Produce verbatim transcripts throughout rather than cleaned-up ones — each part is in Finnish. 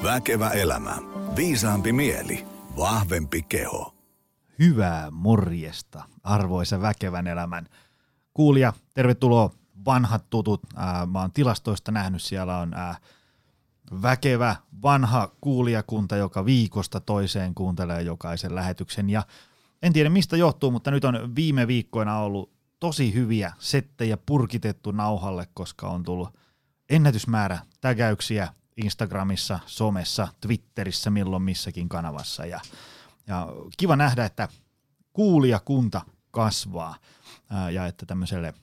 Väkevä elämä. Viisaampi mieli. Vahvempi keho. Hyvää morjesta, arvoisa väkevän elämän kuulija. Tervetuloa, vanhat tutut. Ää, mä oon tilastoista nähnyt, siellä on ää, väkevä vanha kuulijakunta, joka viikosta toiseen kuuntelee jokaisen lähetyksen. Ja en tiedä mistä johtuu, mutta nyt on viime viikkoina ollut tosi hyviä settejä purkitettu nauhalle, koska on tullut ennätysmäärä tägäyksiä Instagramissa, somessa, Twitterissä, milloin missäkin kanavassa. Ja, ja kiva nähdä, että kuulijakunta kasvaa ää, ja että tämmöiselle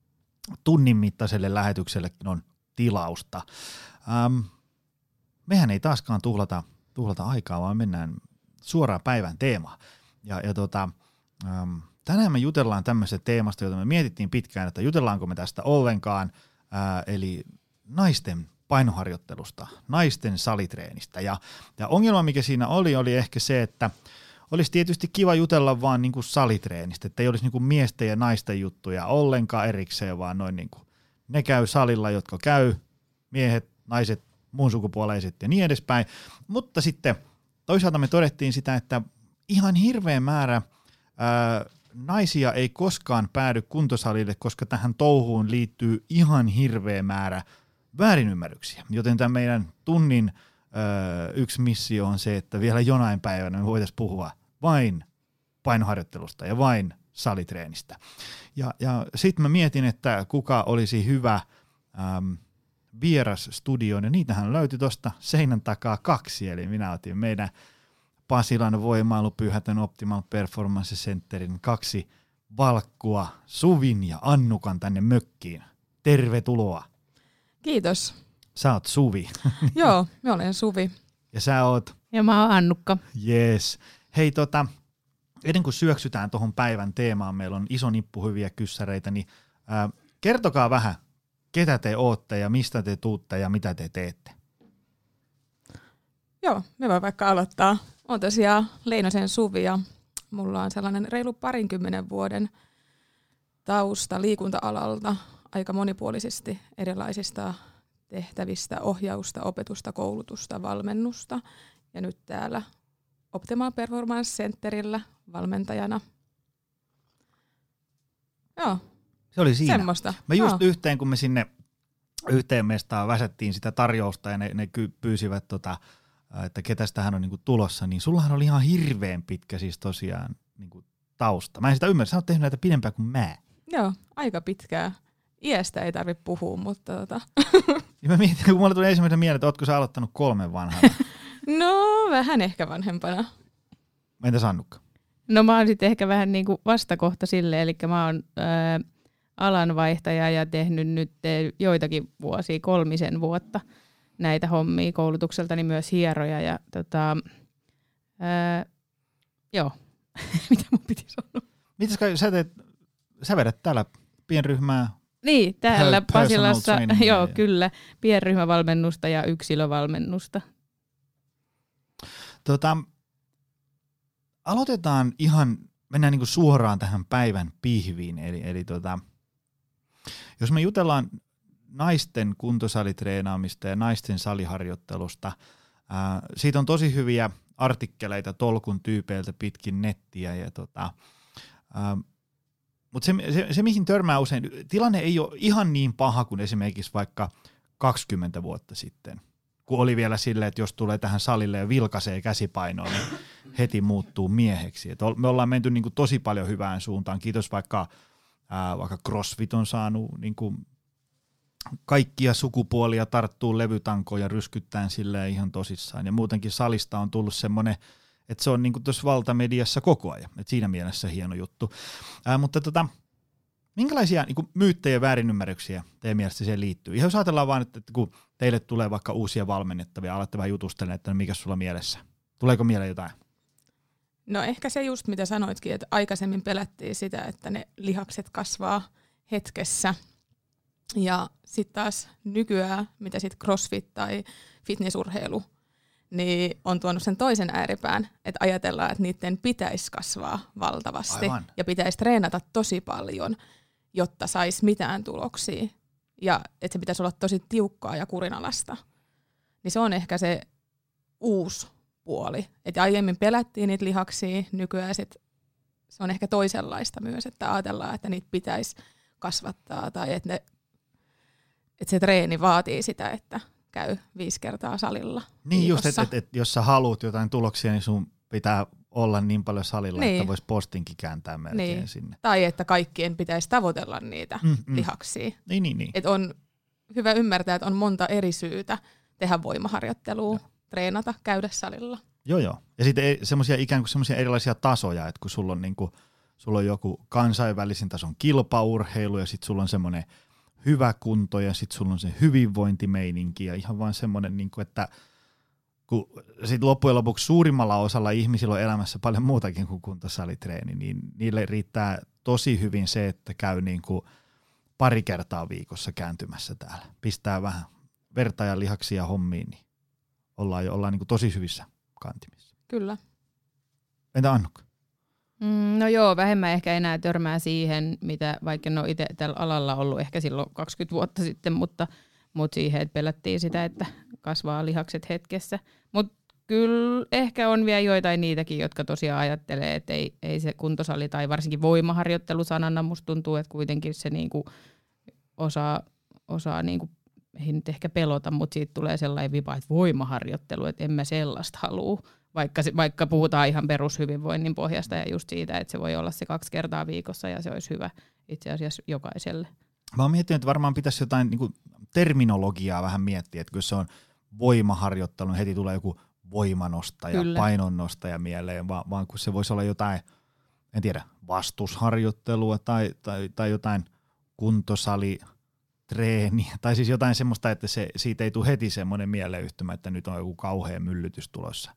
tunnin mittaiselle lähetyksellekin on tilausta. Ähm, mehän ei taaskaan tuhlata, tuhlata aikaa, vaan mennään suoraan päivän teemaan. Ja, ja tota, ähm, tänään me jutellaan tämmöisestä teemasta, jota me mietittiin pitkään, että jutellaanko me tästä ollenkaan, ää, eli naisten painoharjoittelusta, naisten salitreenistä. Ja, ja ongelma, mikä siinä oli, oli ehkä se, että olisi tietysti kiva jutella vaan niin kuin salitreenistä, että ei olisi niin kuin miesten ja naisten juttuja ollenkaan erikseen, vaan noin niin kuin ne käy salilla, jotka käy, miehet, naiset, muun sukupuoleiset ja niin edespäin. Mutta sitten toisaalta me todettiin sitä, että ihan hirveä määrä ää, naisia ei koskaan päädy kuntosalille, koska tähän touhuun liittyy ihan hirveä määrä väärinymmärryksiä. Joten tämä meidän tunnin ö, yksi missio on se, että vielä jonain päivänä me voitaisiin puhua vain painoharjoittelusta ja vain salitreenistä. Ja, ja sitten mä mietin, että kuka olisi hyvä äm, vieras studioon, ja niitähän löytyi tuosta seinän takaa kaksi, eli minä otin meidän Pasilan voimailupyhätön Optimal Performance Centerin kaksi valkkua, Suvin ja Annukan tänne mökkiin. Tervetuloa. Kiitos. Sä oot Suvi. Joo, mä olen Suvi. Ja sä oot? Ja mä oon Annukka. Jees. Hei tota, ennen kuin syöksytään tuohon päivän teemaan, meillä on iso nippu hyviä kyssäreitä, niin ää, kertokaa vähän, ketä te ootte ja mistä te tuutte ja mitä te teette. Joo, me voi vaikka aloittaa. Olen tosiaan Leinosen Suvi ja mulla on sellainen reilu parinkymmenen vuoden tausta liikunta-alalta aika monipuolisesti erilaisista tehtävistä, ohjausta, opetusta, koulutusta, valmennusta ja nyt täällä Optimal Performance Centerillä valmentajana. Joo, se oli siinä. Semmosta. Mä just Joo. yhteen, kun me sinne yhteen mestaan väsättiin sitä tarjousta ja ne, ne pyysivät, tota, että ketäs tähän on niinku tulossa, niin sullahan oli ihan hirveän pitkä siis tosiaan niinku tausta. Mä en sitä ymmärrä, sä oot tehnyt näitä pidempään kuin mä. Joo, aika pitkää. Iästä ei tarvitse puhua, mutta tota. Ja mä mietin, kun mulle tuli ensimmäisen mieleen, että ootko sä aloittanut kolmen vanhana? No, vähän ehkä vanhempana. Entäs Annukka? No mä oon sitten ehkä vähän niinku vastakohta sille, eli mä oon ää, alanvaihtaja ja tehnyt nyt joitakin vuosia, kolmisen vuotta näitä hommia koulutukseltani myös hieroja ja tota, ää, joo, mitä mun piti sanoa? Mitäs kai sä teet, sä vedät täällä pienryhmää? Niin, täällä Personal Pasilassa, trainingia joo ja- kyllä, pienryhmävalmennusta ja yksilövalmennusta. Tota, aloitetaan ihan, mennään niinku suoraan tähän päivän pihviin, eli, eli tota, jos me jutellaan naisten kuntosalitreenaamista ja naisten saliharjoittelusta, ää, siitä on tosi hyviä artikkeleita tolkun tyypeiltä pitkin nettiä, ja tota, ää, mutta se, se, se, mihin törmää usein, tilanne ei ole ihan niin paha kuin esimerkiksi vaikka kaksikymmentä vuotta sitten, kun oli vielä silleen, että jos tulee tähän salille ja vilkaisee käsipainoon, niin heti muuttuu mieheksi. Et me ollaan menty niin kuin tosi paljon hyvään suuntaan. Kiitos vaikka, ää, vaikka CrossFit on saanut niin kuin kaikkia sukupuolia tarttuu levytankoon ja ryskyttään silleen ihan tosissaan. Ja muutenkin salista on tullut semmoinen, että se on niin kuin tuossa valtamediassa koko ajan. Et siinä mielessä hieno juttu. Ää, mutta tota, minkälaisia niin kuin myyttejä ja väärinymmärryksiä teidän mielestä siihen liittyy? Ihan jos ajatellaan vaan, että kun teille tulee vaikka uusia valmennettavia, alatte vähän jutustella, että no mikä sulla mielessä? Tuleeko mieleen jotain? No ehkä se just mitä sanoitkin, että aikaisemmin pelättiin sitä, että ne lihakset kasvaa hetkessä. Ja sitten taas nykyään, mitä sitten CrossFit tai fitnessurheilu, niin on tuonut sen toisen ääripään, että ajatellaan, että niiden pitäisi kasvaa valtavasti. Aivan. Ja pitäisi treenata tosi paljon, jotta saisi mitään tuloksia. Ja että se pitäisi olla tosi tiukkaa ja kurinalaista. Niin se on ehkä se uusi puoli. Et aiemmin pelättiin niitä lihaksia, nykyään sit se on ehkä toisenlaista myös, että ajatellaan, että niitä pitäisi kasvattaa tai että, ne, että se treeni vaatii sitä, että käy viisi kertaa salilla. Niin just, että et, et, jos sä haluat jotain tuloksia, niin sun pitää olla niin paljon salilla, niin. että vois postinkin kääntää melkein niin. sinne. Tai että kaikkien pitäisi tavoitella niitä mm, mm. lihaksia. Niin, niin, niin. Et on hyvä ymmärtää, että on monta eri syytä tehdä voimaharjoittelua, ja. treenata, käydä salilla. Joo, joo. Ja sitten semmoisia ikään kuin semmoisia erilaisia tasoja, että kun sulla on, niinku, sulla on joku kansainvälisen tason kilpaurheilu ja sitten sulla on semmoinen hyvä kunto ja sitten sulla on se hyvinvointimeininki ja ihan vaan semmoinen, niinku, että kun sit loppujen lopuksi suurimmalla osalla ihmisillä on elämässä paljon muutakin kuin kuntosalitreeni, niin niille riittää tosi hyvin se, että käy niinku pari kertaa viikossa kääntymässä täällä. Pistää vähän verta ja lihaksia hommiin, niin ollaan jo ollaan niinku tosi hyvissä kantimissa. Kyllä. Entä Annukka? Mm, no joo, vähemmän ehkä enää törmää siihen, mitä vaikka en ole itse tällä alalla ollut ehkä silloin kaksikymmentä vuotta sitten, mutta, mutta siihen, että pelättiin sitä, että kasvaa lihakset hetkessä. Mutta kyllä ehkä on vielä joitain niitäkin, jotka tosiaan ajattelee, että ei, ei se kuntosali tai varsinkin voimaharjoittelu sanana musta tuntuu, että kuitenkin se niinku osaa, osaa niinku, ei nyt ehkä pelota, mutta siitä tulee sellainen vipa, että voimaharjoittelu, että en mä sellaista halua. Vaikka, vaikka puhutaan ihan perushyvinvoinnin pohjasta ja just siitä, että se voi olla se kaksi kertaa viikossa ja se olisi hyvä itse asiassa jokaiselle. Mä oon miettinyt, että varmaan pitäisi jotain niin kuin terminologiaa vähän miettiä, että kun se on voimaharjoittelu, niin heti tulee joku voimanostaja, Kyllä. painonnostaja mieleen, vaan, vaan kun se voisi olla jotain, en tiedä, vastusharjoittelua tai, tai, tai jotain kuntosalitreeniä, tai siis jotain semmoista, että se, siitä ei tule heti semmoinen mieleyhtymä, että nyt on joku kauhea myllytys tulossa.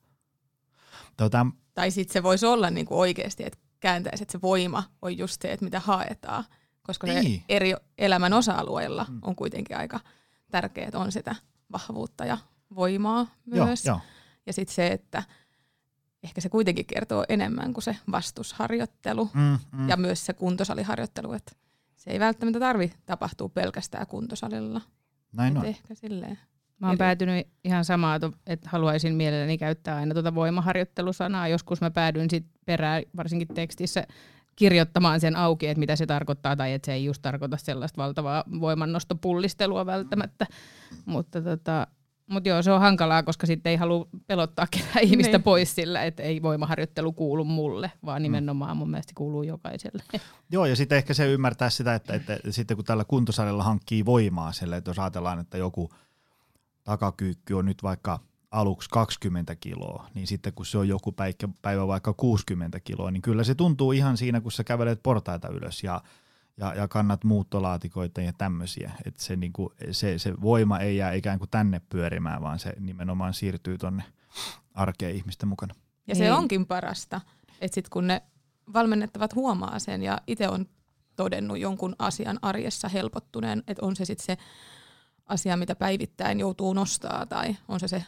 Tota, tai sitten se voisi olla niinku oikeasti, että kääntäisi, että se voima on just se, että mitä haetaan, koska niin. se eri elämän osa-alueilla mm. on kuitenkin aika tärkeää, että on sitä vahvuutta ja voimaa myös. Joo, jo. Ja sitten se, että ehkä se kuitenkin kertoo enemmän kuin se vastusharjoittelu mm, mm. ja myös se kuntosaliharjoittelu, että se ei välttämättä tarvitse tapahtua pelkästään kuntosalilla. Näin on. Ehkä silleen. Mä oon päätynyt ihan samaa, että haluaisin mielelläni käyttää aina tuota voimaharjoittelusanaa. Joskus mä päädyin sit perään, varsinkin tekstissä, kirjoittamaan sen auki, että mitä se tarkoittaa, tai että se ei just tarkoita sellaista valtavaa voimannostopullistelua välttämättä. Mutta tota, mut joo, se on hankalaa, koska sitten ei halua pelottaa ketään ihmistä niin. pois sillä, että ei voimaharjoittelu kuulu mulle, vaan nimenomaan mun mielestä kuuluu jokaiselle. Joo, ja sitten ehkä se ymmärtää sitä, että, että sitten kun tällä kuntosalilla hankkii voimaa sille, että jos ajatellaan, että joku takakyykky on nyt vaikka aluksi kaksikymmentä kiloa, niin sitten kun se on joku päivä vaikka kuusikymmentä kiloa, niin kyllä se tuntuu ihan siinä, kun sä kävelet portaita ylös ja, ja, ja kannat muuttolaatikoita ja tämmöisiä. Että se, niinku, se, se voima ei jää ikään kuin tänne pyörimään, vaan se nimenomaan siirtyy tonne arkeen ihmisten mukana. Ja se onkin parasta, että sitten kun ne valmennettavat huomaa sen ja itse on todennut jonkun asian arjessa helpottuneen, että on se sitten se asia, mitä päivittäin joutuu nostaa, tai on se se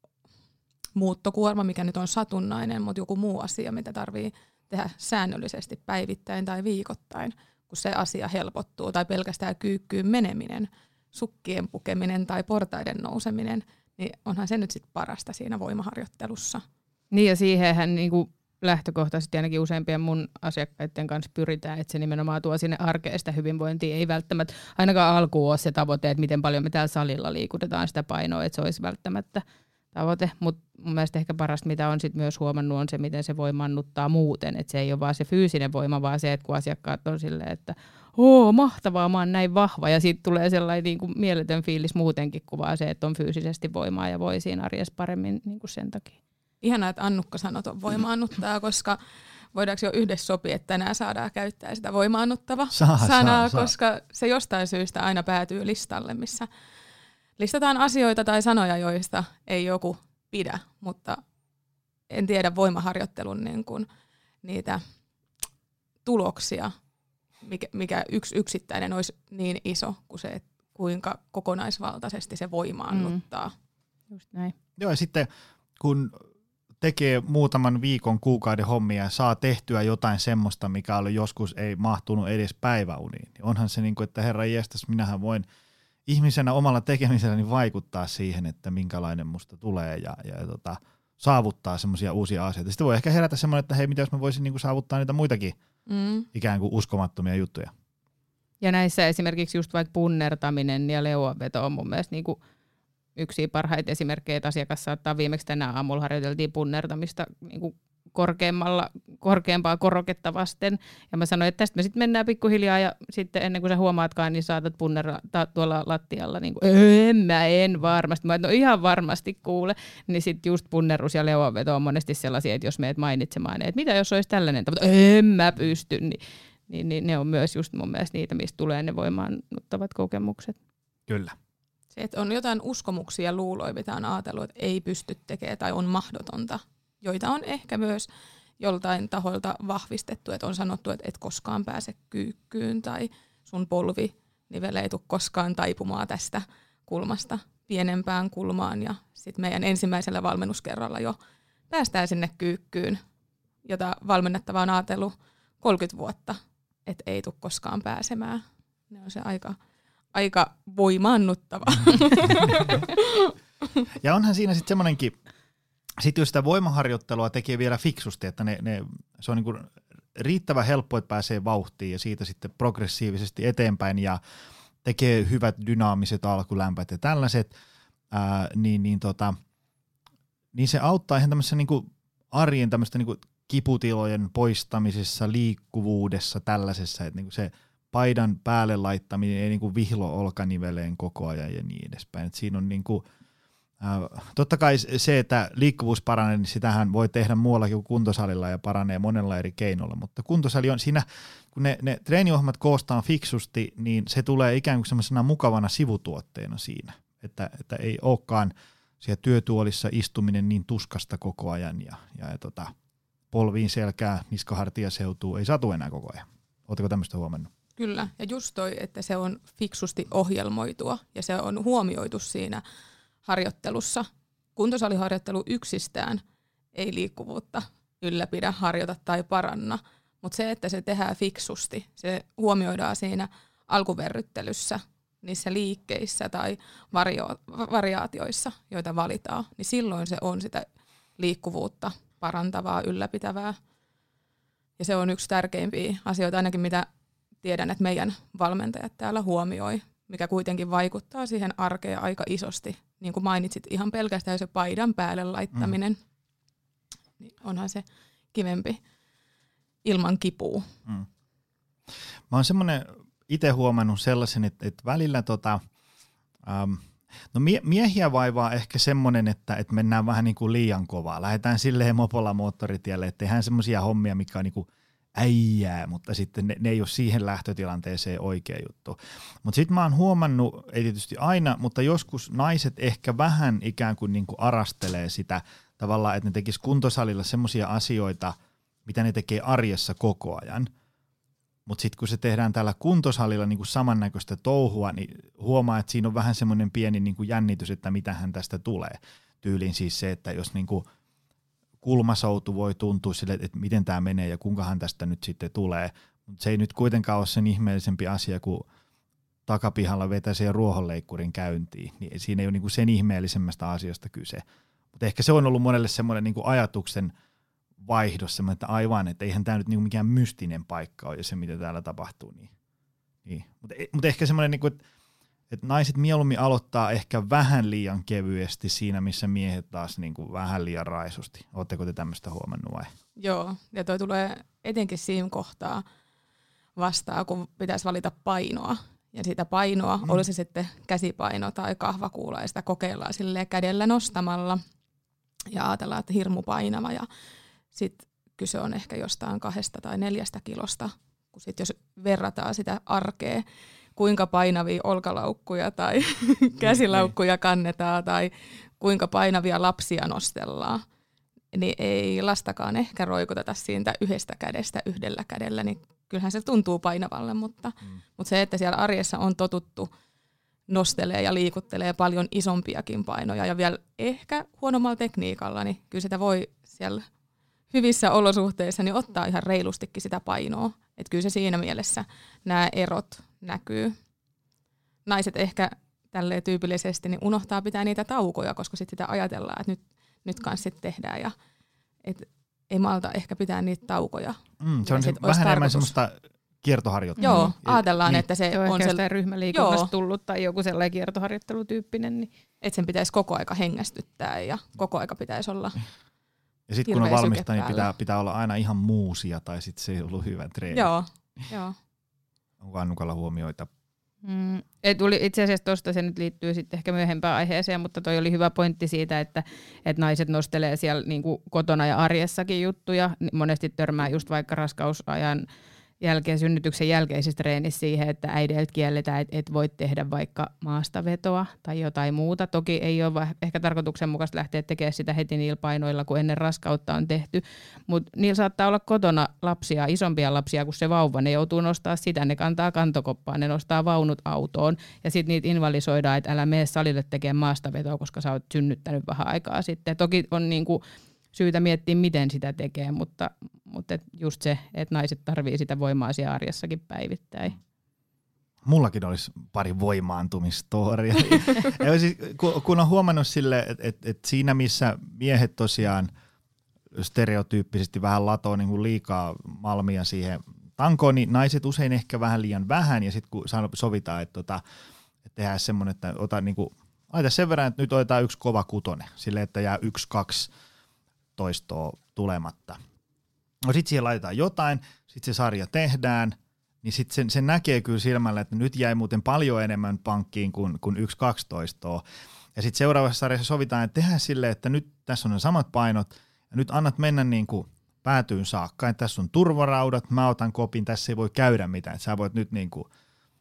muuttokuorma, mikä nyt on satunnainen, mutta joku muu asia, mitä tarvii tehdä säännöllisesti päivittäin tai viikoittain, kun se asia helpottuu, tai pelkästään kyykkyyn meneminen, sukkien pukeminen tai portaiden nouseminen, niin onhan se nyt sitten parasta siinä voimaharjoittelussa. Niin ja siihenhän niinku lähtökohtaisesti ainakin useimpien mun asiakkaiden kanssa pyritään, että se nimenomaan tuo sinne arkeen sitä hyvinvointia. Ei välttämättä ainakaan alkuun ole se tavoite, että miten paljon me täällä salilla liikutetaan sitä painoa, että se olisi välttämättä tavoite. Mutta mun mielestä ehkä parasta, mitä on sit myös huomannut, on se, miten se voimannuttaa muuten. Että se ei ole vaan se fyysinen voima, vaan se, että kun asiakkaat on silleen, että oo, mahtavaa, mä oon näin vahva. Ja siitä tulee sellainen niin kuin mieletön fiilis muutenkin, kuin vaan se, että on fyysisesti voimaa ja voi siinä arjessa paremmin niin kuin sen takia. Ihanaa, että Annukka sanoi tuon voimaannuttaa, koska voidaanko jo yhdessä sopia, että tänään saadaan käyttää sitä voimaannuttava saa, sanaa, saa, koska saa. Se jostain syystä aina päätyy listalle, missä listataan asioita tai sanoja, joista ei joku pidä, mutta en tiedä voimaharjoittelun niin kuin niitä tuloksia, mikä, mikä yksi yksittäinen olisi niin iso kuin se, että kuinka kokonaisvaltaisesti se voimaannuttaa. Mm. Just näin. Joo, ja sitten kun tekee muutaman viikon, kuukauden hommia ja saa tehtyä jotain semmoista, mikä oli joskus ei mahtunut edes päiväuniin. Onhan se niin kuin, että herra jestas, minähän voin ihmisenä omalla tekemiselläni vaikuttaa siihen, että minkälainen musta tulee ja, ja tota, saavuttaa semmoisia uusia asioita. Sitten voi ehkä herätä semmoinen, että hei, mitä jos mä voisin niinku saavuttaa niitä muitakin mm. ikään kuin uskomattomia juttuja. Ja näissä esimerkiksi just vaikka punnertaminen ja leuanveto on mun mielestä niinku yksi parhaita esimerkkejä, että asiakas saattaa viimeksi tänään aamulla harjoiteltiin punnertamista niinku korkeammalla, korkeampaa koroketta vasten. Ja mä sanoin, että tästä me sitten mennään pikkuhiljaa ja sitten ennen kuin sä huomaatkaan, niin saatat punnerata tuolla lattialla. Niin kuin, en mä en varmasti. Mä et, no ihan varmasti kuule. Niin sitten just punnerus ja leuanveto on monesti sellaisia, että jos meet mainitsemaan, että mitä jos olisi tällainen tavoite, en mä pysty, niin, niin, niin ne on myös just mun mielestä niitä, mistä tulee ne voimaannuttavat kokemukset. Kyllä. Se, että on jotain uskomuksia ja luuloja, mitä on ajatellut, että ei pysty tekemään tai on mahdotonta, joita on ehkä myös joltain tahoilta vahvistettu, että on sanottu, että et koskaan pääse kyykkyyn tai sun polvinivele ei tule koskaan taipumaan tästä kulmasta pienempään kulmaan. Ja sitten meidän ensimmäisellä valmennuskerralla jo päästään sinne kyykkyyn, jota valmennettava on ajatellut kolmekymmentä vuotta, että ei tule koskaan pääsemään. Ne on se aika, aika voimaannuttava. Ja onhan siinä sitten semmoinenkin, sitten jos sitä voimaharjoittelua tekee vielä fiksusti, että ne, ne, se on niin kuin riittävän helppo, että pääsee vauhtiin ja siitä sitten progressiivisesti eteenpäin ja tekee hyvät dynaamiset alkulämpät ja tällaiset, ää, niin, niin, tota, niin se auttaa ihan tämmöisessä niin kuin arjen tämmöistä niin kuin kiputilojen poistamisessa, liikkuvuudessa, tällaisessa, että niin kuin se paidan päälle laittaminen ei niin kuin vihlo olkaniveleen koko ajan ja niin edespäin. Et siinä on niin kuin Äh, totta kai se, että liikkuvuus paranee, niin sitähän voi tehdä muuallakin kuin kuntosalilla ja paranee monella eri keinolla, mutta kuntosali on siinä, kun ne, ne treeniohjelmat koostaan fiksusti, niin se tulee ikään kuin semmoisena mukavana sivutuotteena siinä, että, että ei olekaan siellä työtuolissa istuminen niin tuskasta koko ajan ja, ja, ja tota, polviin selkää, niskahartia seutuu, ei satu enää koko ajan. Oletteko tämmöistä huomannut? Kyllä, ja just toi, että se on fiksusti ohjelmoitua ja se on huomioitu siinä harjoittelussa. Kuntosaliharjoittelu yksistään ei liikkuvuutta ylläpidä, harjoita tai paranna, mutta se, että se tehdään fiksusti, se huomioidaan siinä alkuverryttelyssä, niissä liikkeissä tai vario- variaatioissa, joita valitaan, niin silloin se on sitä liikkuvuutta parantavaa, ylläpitävää. Ja se on yksi tärkeimpiä asioita, ainakin mitä tiedän, että meidän valmentajat täällä huomioi, mikä kuitenkin vaikuttaa siihen arkeen aika isosti. Niin kuin mainitsit, ihan pelkästään se paidan päälle laittaminen, mm. niin onhan se kivempi ilman kipua. Mm. Mä oon semmoinen itse huomannut sellaisen, että, että välillä tota, ähm, no mie- miehiä vaivaa ehkä semmoinen, että, että mennään vähän niin kuin liian kovaa. Lähdetään silleen mopolla moottoritielle, että tehdään semmoisia hommia, mikä on niin kuin äijää, mutta sitten ne, ne ei ole siihen lähtötilanteeseen oikea juttu. Mutta sitten mä oon huomannut, ei tietysti aina, mutta joskus naiset ehkä vähän ikään kuin, niin kuin arastelee sitä tavallaan, että ne tekis kuntosalilla semmoisia asioita, mitä ne tekee arjessa koko ajan. Mutta sitten kun se tehdään täällä kuntosalilla niin kuin samannäköistä touhua, niin huomaa, että siinä on vähän semmoinen pieni niin kuin jännitys, että mitähän tästä tulee. Tyyliin siis se, että jos niin kuin kulmasoutu voi tuntua sille, että miten tämä menee ja kuinkahan tästä nyt sitten tulee. Mutta se ei nyt kuitenkaan ole sen ihmeellisempi asia, kun takapihalla vetäisee ruohonleikkurin käyntiin. Niin siinä ei ole niinku sen ihmeellisemmästä asiasta kyse. Mutta ehkä se on ollut monelle semmoinen niinku ajatuksen vaihdos, semmoinen, että aivan, että eihän tämä nyt niinku mikään mystinen paikka ole ja se, mitä täällä tapahtuu. Niin. Niin. Mutta mut ehkä semmoinen, niinku, että et naiset mieluummin aloittaa ehkä vähän liian kevyesti siinä, missä miehet taas niinku vähän liian raisusti. Oletteko te tämmöistä huomannut vai? Joo, ja toi tulee etenkin siinä kohtaa vastaan, kun pitäisi valita painoa. Ja sitä painoa, mm. olisi sitten käsipaino tai kahvakuula, ja sitä kokeillaan silleen kädellä nostamalla. Ja ajatellaan, että hirmu painava, ja sitten kyse on ehkä jostain kahdesta tai neljästä kilosta, kun sit jos verrataan sitä arkea, kuinka painavia olkalaukkuja tai käsilaukkuja kannetaan tai kuinka painavia lapsia nostellaan, niin ei lastakaan ehkä roikuteta siitä yhdestä kädestä yhdellä kädellä, niin kyllähän se tuntuu painavalle, mutta, mm. mutta se, että siellä arjessa on totuttu nostelee ja liikuttelee paljon isompiakin painoja ja vielä ehkä huonommalla tekniikalla, niin kyllä sitä voi siellä hyvissä olosuhteissa niin ottaa ihan reilustikin sitä painoa. Että kyllä se siinä mielessä nämä erot näkyy. Naiset ehkä tälleen tyypillisesti, niin unohtaa pitää niitä taukoja, koska sitten sitä ajatellaan, että nyt, nyt kanssa sitten tehdään ja et ei malta ehkä pitää niitä taukoja. Mm, se on se vähän enemmän semmoista kiertoharjoittelua. Joo, ajatellaan, niin, että se, se on, on ehkä se ryhmäliikunnasta tullut tai joku sellainen kiertoharjoittelutyyppinen. Niin. Että sen pitäisi koko aika hengästyttää ja koko aika pitäisi olla. Ja sitten kun on valmista, niin pitää, pitää olla aina ihan muusia tai sitten se ei ollut hyvä treeni. Joo, joo. Onko Annukalla huomioita? Mm, et tuli itse asiassa tuosta se nyt liittyy sitten ehkä myöhempään aiheeseen, mutta toi oli hyvä pointti siitä, että, että naiset nostelee siellä niinku kotona ja arjessakin juttuja. Monesti törmää just vaikka raskausajan jälkeen, synnytyksen jälkeisessä treenissä siihen, että äideiltä kielletään, että et voi tehdä vaikka maastavetoa tai jotain muuta. Toki ei ole ehkä tarkoituksenmukaista lähteä tekemään sitä heti niillä painoilla, kun ennen raskautta on tehty, mutta niillä saattaa olla kotona lapsia, isompia lapsia kuin se vauva. Ne joutuu nostaa sitä, ne kantaa kantokoppaan, ne nostaa vaunut autoon ja sitten niitä invalisoidaan, että älä mene salille tekemään maastavetoa, koska sä oot synnyttänyt vähän aikaa sitten. Toki on niinku syytä miettiä, miten sitä tekee, mutta, mutta et just se, että naiset tarvii sitä voimaa siellä arjessakin päivittäin. Mullakin olisi pari voimaantumistoria. siis, kun on huomannut sille, että et, et siinä missä miehet tosiaan stereotyyppisesti vähän latoo niin kuin liikaa malmia siihen tankoon, niin naiset usein ehkä vähän liian vähän, ja sitten kun sovitaan, että, tota, että tehdään semmoinen, että ota, niin kuin, laita sen verran, että nyt otetaan yksi kova kutonen, silleen, että jää yksi, kaksi toistoa tulematta. No sitten siihen laitetaan jotain, sitten se sarja tehdään, niin sitten se, se näkee kyllä silmällä, että nyt jäi muuten paljon enemmän pankkiin kuin, kuin yksi kaksitoistoa. Ja sitten seuraavassa sarjassa sovitaan, että tehdään silleen, että nyt tässä on ne samat painot, ja nyt annat mennä niin kuin päätyyn saakka, että tässä on turvaraudat, mä otan kopin, tässä ei voi käydä mitään, että sä voit nyt niin kuin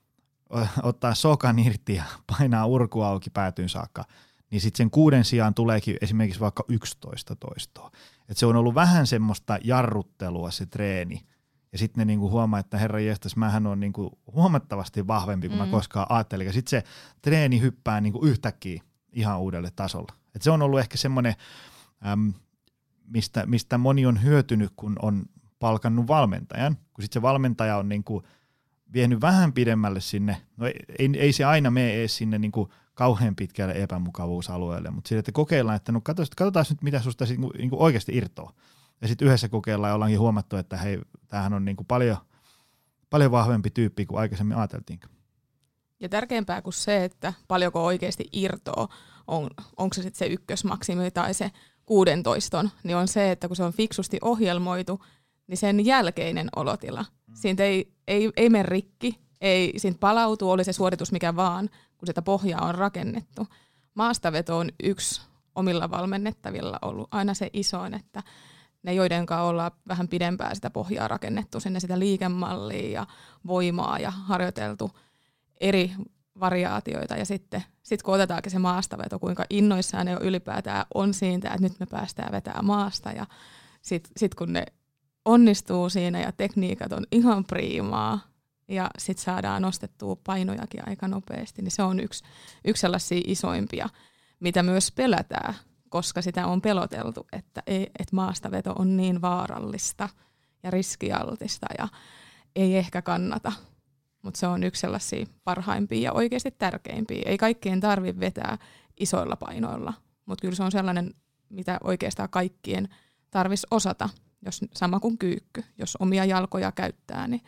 ottaa sokan irti ja painaa urku auki päätyyn saakka. Niin sitten sen kuuden sijaan tuleekin esimerkiksi vaikka yksitoista toistoa. Et se on ollut vähän semmoista jarruttelua se treeni. Ja sitten ne niinku huomaa, että herra jestas, mähän on niinku huomattavasti vahvempi kuin mm. mä koskaan ajattelin. Ja sitten se treeni hyppää niinku yhtäkkiä ihan uudelle tasolle. Et se on ollut ehkä semmoinen, äm, mistä, mistä moni on hyötynyt, kun on palkannut valmentajan. Kun sitten se valmentaja on niinku vienyt vähän pidemmälle sinne, no ei, ei, ei se aina mene edes sinne niinku kauhean pitkälle epämukavuusalueelle, mutta sille, että kokeillaan, että no katsotaan nyt, mitä susta sit niinku oikeasti irtoaa. Ja sitten yhdessä kokeillaan ja ollaankin huomattu, että hei, tämähän on niinku paljon, paljon vahvempi tyyppi kuin aikaisemmin ajateltiin. Ja tärkeämpää kuin se, että paljonko oikeasti irtoaa, on, onko se sitten se ykkösmaksimi tai se kuudentoiston, niin on se, että kun se on fiksusti ohjelmoitu, niin sen jälkeinen olotila, mm. siitä ei, ei, ei mene rikki, ei siitä palautuu, oli se suoritus mikä vaan, kun sitä pohjaa on rakennettu. Maastaveto on yksi omilla valmennettavilla ollut aina se isoin, että ne joidenkaan ollaan vähän pidempään sitä pohjaa rakennettu, sinne sitä liikemallia ja voimaa ja harjoiteltu eri variaatioita. Ja sitten sit kun otetaankin se maastaveto, kuinka innoissaan ne on ylipäätään on siitä, että nyt me päästään vetämään maasta. Ja sitten sit kun ne onnistuu siinä ja tekniikat on ihan priimaa, ja sitten saadaan nostettua painojakin aika nopeasti, niin se on yksi, yksi sellaisia isoimpia, mitä myös pelätään, koska sitä on peloteltu, että, ei, että maastaveto on niin vaarallista ja riskialtista ja ei ehkä kannata. Mutta se on yksi sellaisia parhaimpia ja oikeasti tärkeimpiä. Ei kaikkien tarvitse vetää isoilla painoilla, mutta kyllä se on sellainen, mitä oikeastaan kaikkien tarvitsisi osata, jos sama kuin kyykky. Jos omia jalkoja käyttää, niin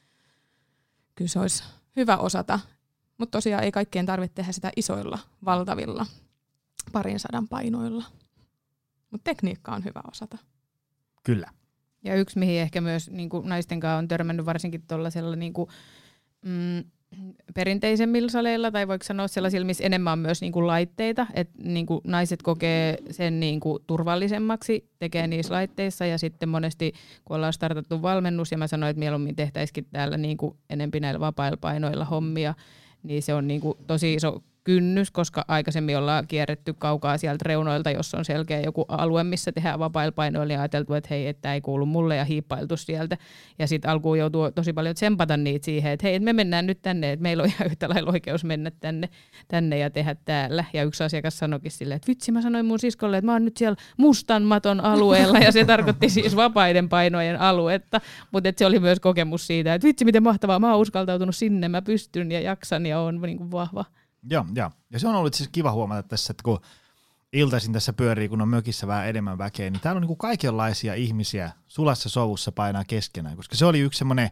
kyllä se olisi hyvä osata, mutta tosiaan ei kaikkien tarvitse tehdä sitä isoilla, valtavilla, parin sadan painoilla. Mutta tekniikka on hyvä osata. Kyllä. Ja yksi, mihin ehkä myös niin kuin naisten kanssa on törmännyt varsinkin tuollaisella niin kuin, mm, perinteisemmillä saleilla, tai voiko sanoa sellaisilla, missä enemmän on myös niin kuin laitteita, että niin kuin naiset kokee sen niin kuin turvallisemmaksi, tekee niissä laitteissa, ja sitten monesti, kun ollaan startattu valmennus, ja mä sanoin, että mieluummin tehtäisikin täällä niin kuin enempi näillä vapailla painoilla hommia, niin se on niin kuin tosi iso kynnys, koska aikaisemmin ollaan kierretty kaukaa sieltä reunoilta, jos on selkeä joku alue, missä tehdään vapailla painoilla, ja ajateltu, että hei, että ei kuulu mulle, ja hiippailtu sieltä. Ja sitten alkuun joutuu tosi paljon tsempata niitä siihen, että hei, et me mennään nyt tänne, että meillä on ihan yhtä lailla oikeus mennä tänne, tänne ja tehdä täällä. Ja yksi asiakas sanoikin silleen, että vitsi, mä sanoin mun siskolle, että mä oon nyt siellä mustan maton alueella, ja se tarkoitti siis vapaiden painojen aluetta, mutta se oli myös kokemus siitä, että vitsi, miten mahtavaa, mä oon uskaltautunut sinne, mä pystyn ja jaksan ja oon niin kuin vahva. Joo, joo. Ja se on ollut siis kiva huomata tässä, että kun iltaisin tässä pyörii, kun on mökissä vähän enemmän väkeä, niin täällä on niin kaikenlaisia ihmisiä sulassa sovussa painaa keskenään, koska se oli yksi semmoinen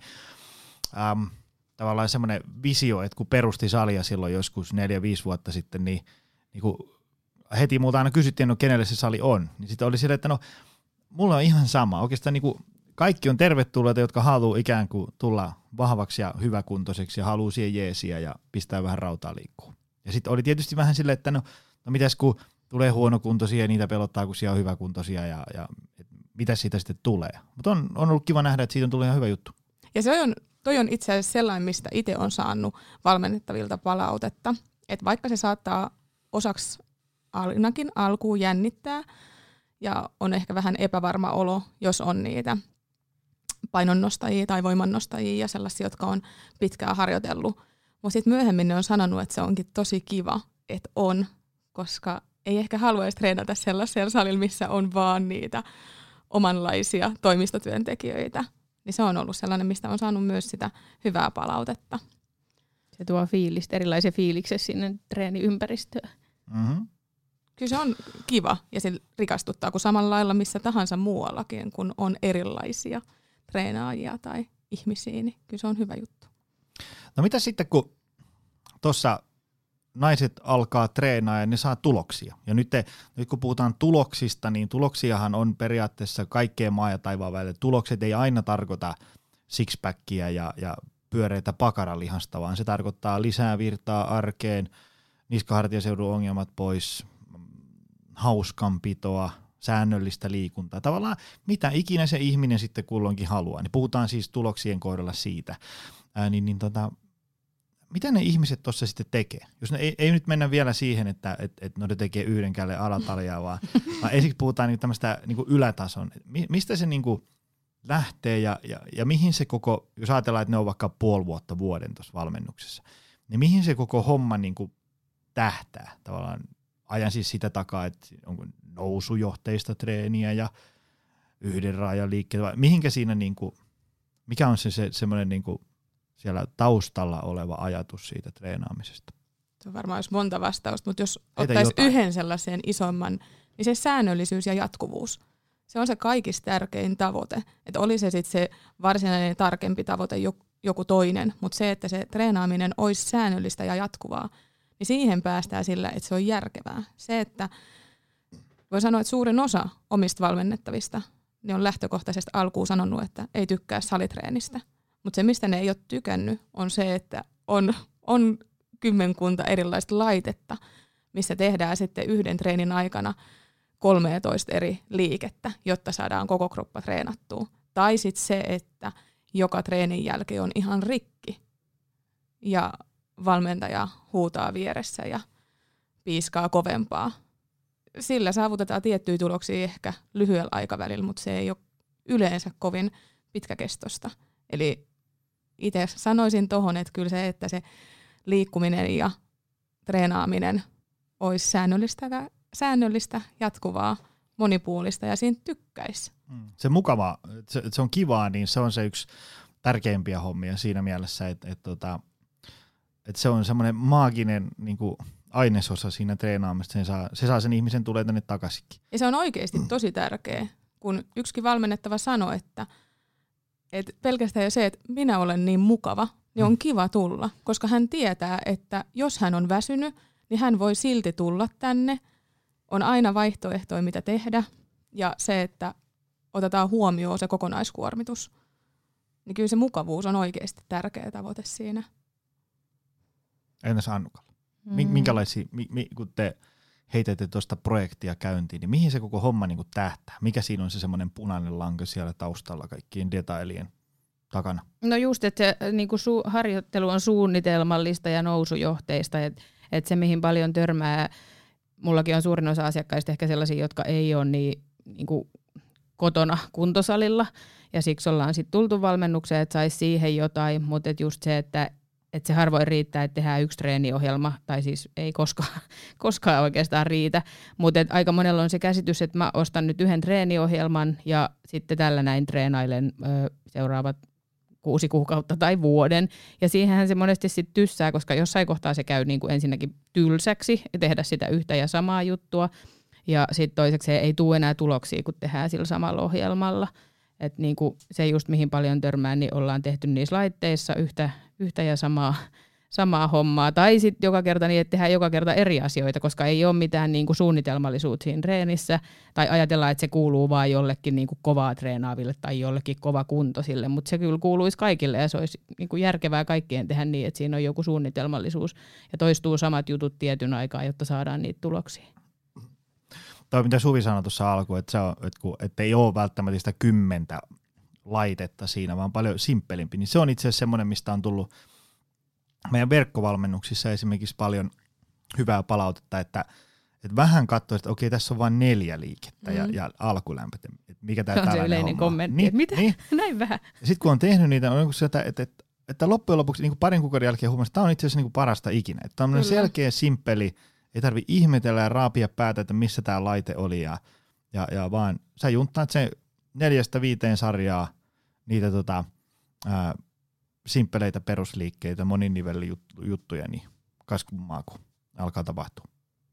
äm, tavallaan semmoinen visio, että kun perusti salia silloin joskus neljä, viisi vuotta sitten, niin, niin kun heti multa aina kysyttiin, no kenelle se sali on, niin sitten oli silleen, että no mulla on ihan sama. Oikeastaan niin kuin kaikki on tervetulleita, jotka haluaa ikään kuin tulla vahvaksi ja hyväkuntoiseksi ja haluaa siihen jeesiä ja pistää vähän rautaa liikkuu. Ja sitten oli tietysti vähän silleen, että no, no mitäs kun tulee huonokuntoisia ja niitä pelottaa, kun siellä on hyväkuntoisia ja, ja mitä siitä sitten tulee. Mutta on, on ollut kiva nähdä, että siitä on tullut ihan hyvä juttu. Ja se on, toi on itse asiassa sellainen, mistä itse on saanut valmennettavilta palautetta, että vaikka se saattaa osaksi ainakin alkuun jännittää ja on ehkä vähän epävarma olo, jos on niitä painonnostajia tai voimannostajia ja sellaisia, jotka on pitkään harjoitellut. Mutta sitten myöhemmin ne on sanonut, että se onkin tosi kiva, että on, koska ei ehkä haluaisi treenata sellaisella salilla, missä on vaan niitä omanlaisia toimistotyöntekijöitä. Niin se on ollut sellainen, mistä on saanut myös sitä hyvää palautetta. Se tuo fiilistä, erilaisia fiiliksiä sinne treeniympäristöön. Mm-hmm. Kyllä se on kiva ja se rikastuttaa kuin samalla lailla missä tahansa muuallakin, kun on erilaisia treenaajia tai ihmisiä, niin kyllä se on hyvä juttu. No mitä sitten, kun tuossa naiset alkaa treenaa ja ne saa tuloksia. Ja nyt, te, nyt kun puhutaan tuloksista, niin tuloksiahan on periaatteessa kaikkeen maa ja taivaan välillä. Tulokset ei aina tarkoita sixpackia ja, ja pyöreitä pakaralihasta, vaan se tarkoittaa lisää virtaa arkeen, niskahartiaseudun ongelmat pois, hauskanpitoa, säännöllistä liikuntaa. Tavallaan mitä ikinä se ihminen sitten kulloinkin haluaa. Niin puhutaan siis tuloksien kohdalla siitä. Ää, niin, niin tota, mitä ne ihmiset tuossa sitten tekee? Jos ne ei, ei nyt mennä vielä siihen, että et, et no ne tekee yhden käden alataljaa, vaan, vaan ensiksi puhutaan niin tämmöistä niin kuin ylätason. Mi, mistä se niin kuin lähtee ja, ja, ja mihin se koko, jos ajatellaan, että ne on vaikka puoli vuotta vuoden tuossa valmennuksessa, niin mihin se koko homma niin kuin tähtää? Tavallaan ajan siis sitä takaa, että onko nousujohteista treeniä ja yhden raajan liikkeitä, vai mihinkä siinä, niin kuin, mikä on se, se semmoinen niin kuin siellä taustalla oleva ajatus siitä treenaamisesta? Se on varmaan jos monta vastausta, mutta jos Heitä ottaisi jotain. yhden sellaisen isomman, niin se säännöllisyys ja jatkuvuus. Se on se kaikista tärkein tavoite. Että oli se sitten se varsinainen tarkempi tavoite joku toinen, mutta se, että se treenaaminen olisi säännöllistä ja jatkuvaa, niin siihen päästään sillä, että se on järkevää. Se, että voi sanoa, että suurin osa omista valmennettavista niin on lähtökohtaisesti alkuun sanonut, että ei tykkää salitreenistä. Mutta se, mistä ne ei ole tykännyt, on se, että on, on kymmenkunta erilaista laitetta, missä tehdään sitten yhden treenin aikana kolmetoista eri liikettä, jotta saadaan koko kroppa treenattua. Tai sitten se, että joka treenin jälkeen on ihan rikki ja valmentaja huutaa vieressä ja piiskaa kovempaa. Sillä saavutetaan tiettyjä tuloksia ehkä lyhyellä aikavälillä, mutta se ei ole yleensä kovin pitkäkestoista. Eli itse sanoisin tuohon, että kyllä se, että se liikkuminen ja treenaaminen olisi säännöllistä, säännöllistä jatkuvaa, monipuolista ja siinä tykkäisi. Se mukava, se, se on kivaa, niin se on se yksi tärkeimpiä hommia siinä mielessä, että, että, että, että se on semmoinen maaginen niin kuin ainesosa siinä treenaamista, se saa, se saa sen ihmisen tulee tänne takaisinkin. Ja se on oikeasti tosi tärkeä, kun yksikin valmennettava sanoi, että, että pelkästään jo se, että minä olen niin mukava, niin on kiva tulla, koska hän tietää, että jos hän on väsynyt, niin hän voi silti tulla tänne. On aina vaihtoehtoja, mitä tehdä, ja se, että otetaan huomioon se kokonaiskuormitus, niin kyllä se mukavuus on oikeasti tärkeä tavoite siinä. Entäs Annukalla? Minkälaisia, kun te heitätte tuosta projektia käyntiin, niin mihin se koko homma niin kuin tähtää? Mikä siinä on se semmoinen punainen lanka siellä taustalla kaikkien detailien takana? No just, että se niin kuin su- harjoittelu on suunnitelmallista ja nousujohteista, että et se mihin paljon törmää, mullakin on suurin osa asiakkaista ehkä sellaisia, jotka ei ole niin, niin kuin kotona kuntosalilla, ja siksi ollaan sitten tultu valmennukseen, että saisi siihen jotain, mutta et just se, että et se harvoin riittää, että tehdään yksi treeniohjelma, tai siis ei koskaan, koskaan oikeastaan riitä, mutta aika monella on se käsitys, että mä ostan nyt yhden treeniohjelman, ja sitten tällä näin treenailen ö, seuraavat kuusi kuukautta tai vuoden. Ja siihenhän se monesti sitten tyssää, koska jossain kohtaa se käy niin kuin ensinnäkin tylsäksi ja tehdä sitä yhtä ja samaa juttua. Ja sitten toiseksi se ei tule enää tuloksia, kun tehdään sillä samalla ohjelmalla. Että niin kuin se just mihin paljon törmään, niin ollaan tehty niissä laitteissa yhtä, yhtä ja samaa, samaa hommaa. Tai sitten joka kerta niin, että tehdään joka kerta eri asioita, koska ei ole mitään niin kuin suunnitelmallisuutta siinä treenissä. Tai ajatellaan, että se kuuluu vaan jollekin niin kuin kovaa treenaaville tai jollekin kova kuntosille. Mutta se kyllä kuuluisi kaikille ja se olisi niin kuin järkevää kaikkien tehdä niin, että siinä on joku suunnitelmallisuus. Ja toistuu samat jutut tietyn aikaa, jotta saadaan niitä tuloksia. Toi mitä Suvi sanoi tuossa alkuun, että, se on, että, kun, että ei ole välttämättä sitä kymmentä laitetta siinä, vaan paljon simppelimpi, niin se on itse asiassa semmoinen, mistä on tullut meidän verkkovalmennuksissa esimerkiksi paljon hyvää palautetta, että, että vähän katsoo, että okei, tässä on vain neljä liikettä mm. ja, ja alkulämpöt, että mikä tämä tällainen on se yleinen homma. kommentti, niin, että mitä? Niin. Näin vähän. Sitten kun on tehnyt niitä, on se, että, että, että, että loppujen lopuksi niin kuin parin kuukauden jälkeen huomasi, että tämä on itse asiassa niin kuin parasta ikinä. Että tämä on selkeä, simppeli. Ei tarvitse ihmetellä ja raapia päätä, että missä tämä laite oli, ja, ja, ja vaan sä junttaat sen neljästä viiteen sarjaa, niitä tota, ää, simppeleitä perusliikkeitä, moninivelijuttuja, niin kas kummaa, kun alkaa tapahtua.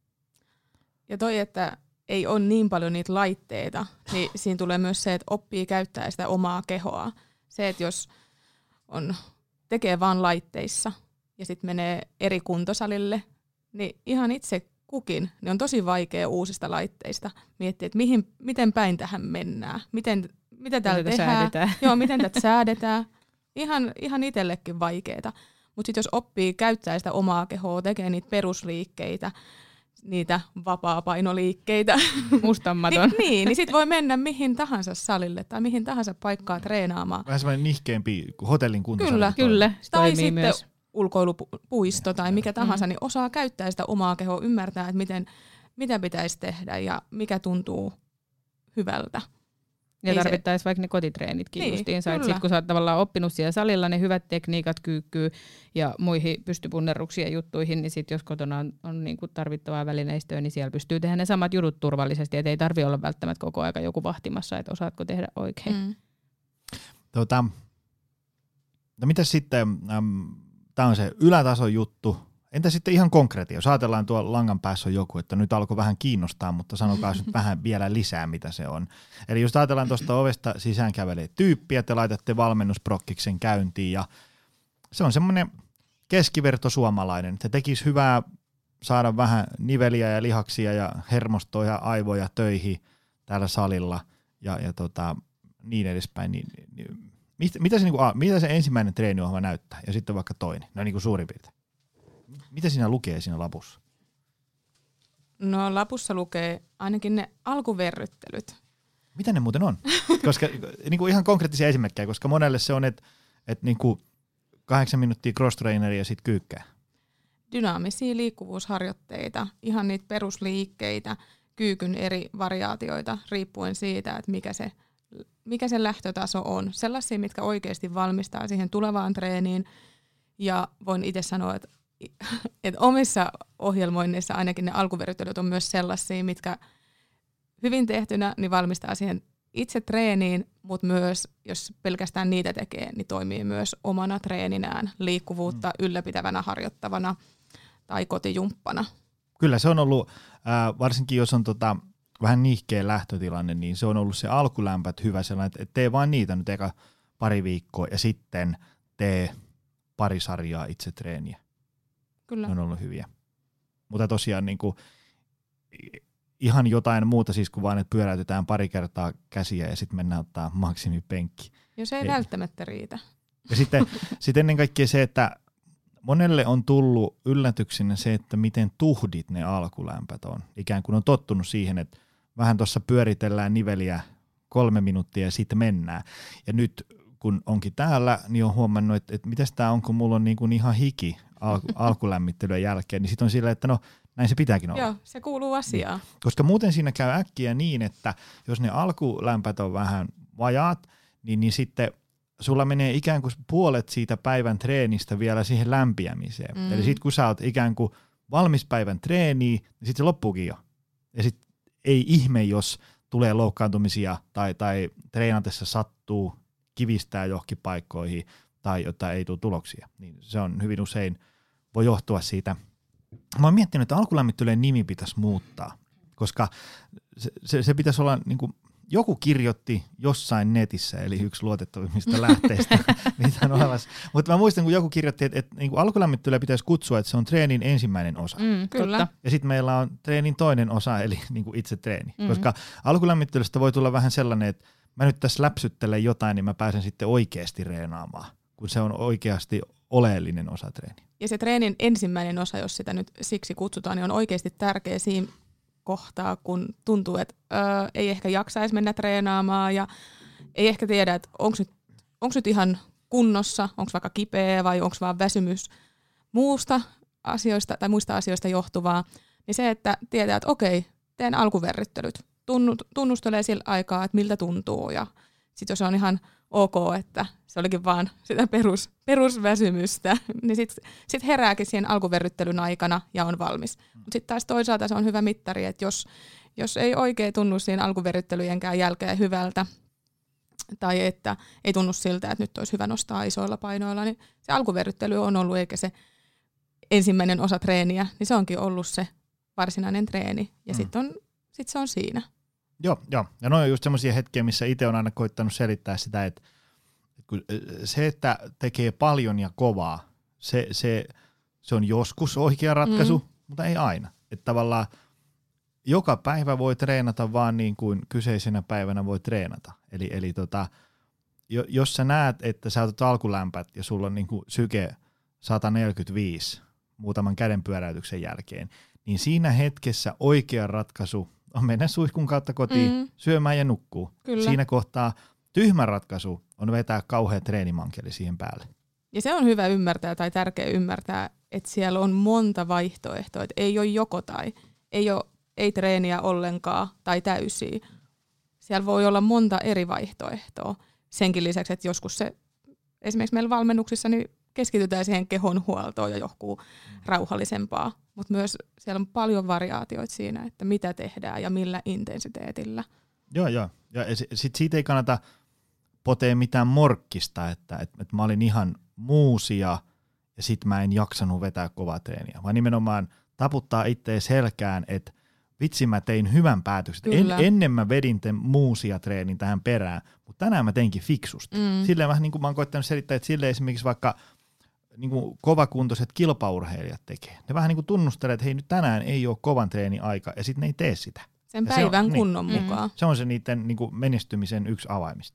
Ja toi, että ei ole niin paljon niitä laitteita, niin siinä tulee myös se, että oppii käyttää sitä omaa kehoa. Se, että jos on, tekee vaan laitteissa ja sitten menee eri kuntosalille, niin ihan itse kukin, niin on tosi vaikea uusista laitteista miettiä, että mihin, miten päin tähän mennään, miten, mitä täällä miten tehdään, säädetään. Joo, miten tätä säädetään. Ihan, ihan itsellekin vaikeeta. Mutta sitten jos oppii käyttää sitä omaa kehoa, tekee niitä perusliikkeitä, niitä vapaa-painoliikkeitä, mustanmaton. niin, niin, niin sitten voi mennä mihin tahansa salille tai mihin tahansa paikkaa treenaamaan. Vähän semmoinen nihkeämpi hotellin kuntosali. Kyllä, kyllä. Tai toimii sitten myös. ulkoilupuisto tai mikä tahansa, Mm. niin osaa käyttää sitä omaa kehoa, ymmärtää, että miten, mitä pitäisi tehdä ja mikä tuntuu hyvältä. Ja Ei tarvittaisiin vaikka ne kotitreenitkin Niin, justiinsa. kyllä. Sitten kun sä oot tavallaan oppinut siellä salilla ne hyvät tekniikat kyykkyy ja muihin pystypunneruksiin ja juttuihin, niin sitten jos kotona on, on niinku tarvittavaa välineistöä, niin siellä pystyy tehdä ne samat jutut turvallisesti. Et ei tarvitse olla välttämättä koko aika joku vahtimassa, että osaatko tehdä oikein. Mm. Tota, no mitä sitten, äm, tämä on se ylätason juttu. Entä sitten ihan konkreettia, jos ajatellaan tuolla langan päässä on joku, että nyt alkoi vähän kiinnostaa, mutta sanokaa nyt vähän vielä lisää, mitä se on. Eli jos ajatellaan tuosta ovesta sisään kävelee tyyppiä, että laitatte valmennusprokkiksen käyntiin ja se on semmoinen keskiverto suomalainen, että tekisi hyvää saada vähän niveliä ja lihaksia ja hermostoa ja aivoja töihin täällä salilla ja, ja tota, niin edespäin. Niin, niin, mitä, mitä, se, niin kuin, mitä se ensimmäinen treeniohjelma näyttää ja sitten vaikka toinen, no niin kuin suurin piirtein. Mitä siinä lukee siinä lapussa? No lapussa lukee ainakin ne alkuverryttelyt. Mitä ne muuten on? Koska niin kuin ihan konkreettisia esimerkkejä, koska monelle se on, että et niin kuin kahdeksan minuuttia cross-traineria ja sitten kyykkää. Dynaamisia liikkuvuusharjoitteita, ihan niitä perusliikkeitä, kyykyn eri variaatioita, riippuen siitä, että mikä se, mikä se lähtötaso on. Sellaisia, mitkä oikeasti valmistaa siihen tulevaan treeniin. Ja voin itse sanoa, että, että omissa ohjelmoinneissa ainakin ne alkuverryttelyt on myös sellaisia, mitkä hyvin tehtynä niin valmistaa siihen itse treeniin, mutta myös jos pelkästään niitä tekee, niin toimii myös omana treeninään liikkuvuutta ylläpitävänä, harjoittavana tai kotijumppana. Kyllä se on ollut, äh, varsinkin jos on tota, vähän nihkeä lähtötilanne, niin se on ollut se alkulämpät hyvä sellainen, että tee vaan niitä nyt eka pari viikkoa ja sitten tee pari sarjaa itse treeniä. Kyllä. Ne on ollut hyviä. Mutta tosiaan niin kuin, ihan jotain muuta siis kuin vaan, että pyöräytetään pari kertaa käsiä ja sitten mennään ottaa maksimipenkki. Jos ei, ei välttämättä riitä. Ja sitten sit ennen kaikkea se, että monelle on tullut yllätyksenä se, että miten tuhdit ne alkulämpät on. Ikään kuin on tottunut siihen, että vähän tuossa pyöritellään niveliä kolme minuuttia ja sitten mennään. Ja nyt kun onkin täällä, niin on huomannut, että, että mitäs tää on, kun mulla on niin kuin ihan hiki alku, alkulämmittelyn jälkeen, niin sitten on silleen, että no näin se pitääkin olla. Joo, se kuuluu asiaan. Niin. Koska muuten siinä käy äkkiä niin, että jos ne alkulämpät on vähän vajaat, niin, niin sitten sulla menee ikään kuin puolet siitä päivän treenistä vielä siihen lämpiämiseen. Mm. Eli sitten kun sä oot ikään kuin valmis päivän treeniin, niin sitten se loppuukin jo. Ja sitten ei ihme, jos tulee loukkaantumisia tai, tai treenatessa sattuu kivistää johonkin paikkoihin tai jotta ei tule tuloksia. Niin se on hyvin usein, voi johtua siitä. Mä oon miettinyt, että alkulämmittelyjen nimi pitäisi muuttaa, koska se, se, se pitäisi olla, niin kuin, joku kirjoitti jossain netissä, eli yksi luotettavimmista lähteistä, mitä on olemassa. Mutta mä muistan, kun joku kirjoitti, että, että niin alkulämmittelyä pitäisi kutsua, että se on treenin ensimmäinen osa. Mm, Kyllä. Ja sitten meillä on treenin toinen osa, eli niin kuin itse treeni. Mm-hmm. Koska alkulämmittelystä voi tulla vähän sellainen, että mä nyt tässä läpsyttelen jotain, niin mä pääsen sitten oikeasti reenaamaan, kun se on oikeasti oleellinen osa treeniä. Ja se treenin ensimmäinen osa, jos sitä nyt siksi kutsutaan, niin on oikeasti tärkeä siinä kohtaa, kun tuntuu, että ö, ei ehkä jaksaisi mennä treenaamaan ja ei ehkä tiedä, että onko nyt, onko nyt ihan kunnossa, onko vaikka kipeä vai onko vaan väsymys muusta asioista tai muista asioista johtuvaa, niin se, että tietää, että okei, teen alkuverryttelyt, tunnustelee sillä aikaa, että miltä tuntuu ja sitten jos se on ihan ok, että se olikin vaan sitä perus, perusväsymystä, niin sitten sit herääkin siihen alkuverryttelyn aikana ja on valmis. Mutta sitten taas toisaalta se on hyvä mittari, että jos, jos ei oikein tunnu siinä alkuverryttelyjenkään jälkeen hyvältä, tai että ei tunnu siltä, että nyt olisi hyvä nostaa isoilla painoilla, niin se alkuverryttely on ollut, eikä se ensimmäinen osa treeniä, niin se onkin ollut se varsinainen treeni, ja mm. sitten sit se on siinä. Joo, joo. Ja ne on just semmoisia hetkiä, missä itse on aina koittanut selittää sitä, että se, että tekee paljon ja kovaa, se, se, se on joskus oikea ratkaisu, mm. mutta ei aina. Että tavallaan joka päivä voi treenata vaan niin kuin kyseisenä päivänä voi treenata. Eli, eli tota, jos sä näet, että sä otat alkulämpät ja sulla on niin kuin syke sata neljäkymmentäviisi muutaman kädenpyöräytyksen jälkeen, niin siinä hetkessä oikea ratkaisu on mennä suihkun kautta kotiin mm. syömään ja nukkuu. Kyllä. Siinä kohtaa tyhmä ratkaisu on vetää kauhea treenimankeli siihen päälle. Ja se on hyvä ymmärtää tai tärkeä ymmärtää, että siellä on monta vaihtoehtoa. Että ei ole joko tai, ei ole ei treeniä ollenkaan tai täysiä. Siellä voi olla monta eri vaihtoehtoa. Senkin lisäksi, että joskus se, esimerkiksi meillä valmennuksissa, niin keskitytään siihen kehonhuoltoon ja johonkin rauhallisempaa. Mutta myös siellä on paljon variaatioita siinä, että mitä tehdään ja millä intensiteetillä. Joo, joo. Ja sitten siitä ei kannata potea mitään morkkista, että et, et mä olin ihan muusia ja sit mä en jaksanut vetää kovaa treeniä. Vaan nimenomaan taputtaa itteen selkään, että vitsi mä tein hyvän päätöksen. En, ennen mä vedin ten muusia treenin tähän perään, mutta tänään mä teinkin fiksusti. Mm. Silleen vähän niin kuin mä oon koittanut selittää, että silleen esimerkiksi vaikka niin kuin kovakuntoiset kilpaurheilijat tekee. Ne vähän niin kuin tunnustelee, että hei nyt tänään ei ole kovan treenin aika ja sitten ne ei tee sitä. Sen ja päivän se on, kunnon niin, mukaan. Se on se niiden niin kuin menestymisen yksi avaimista.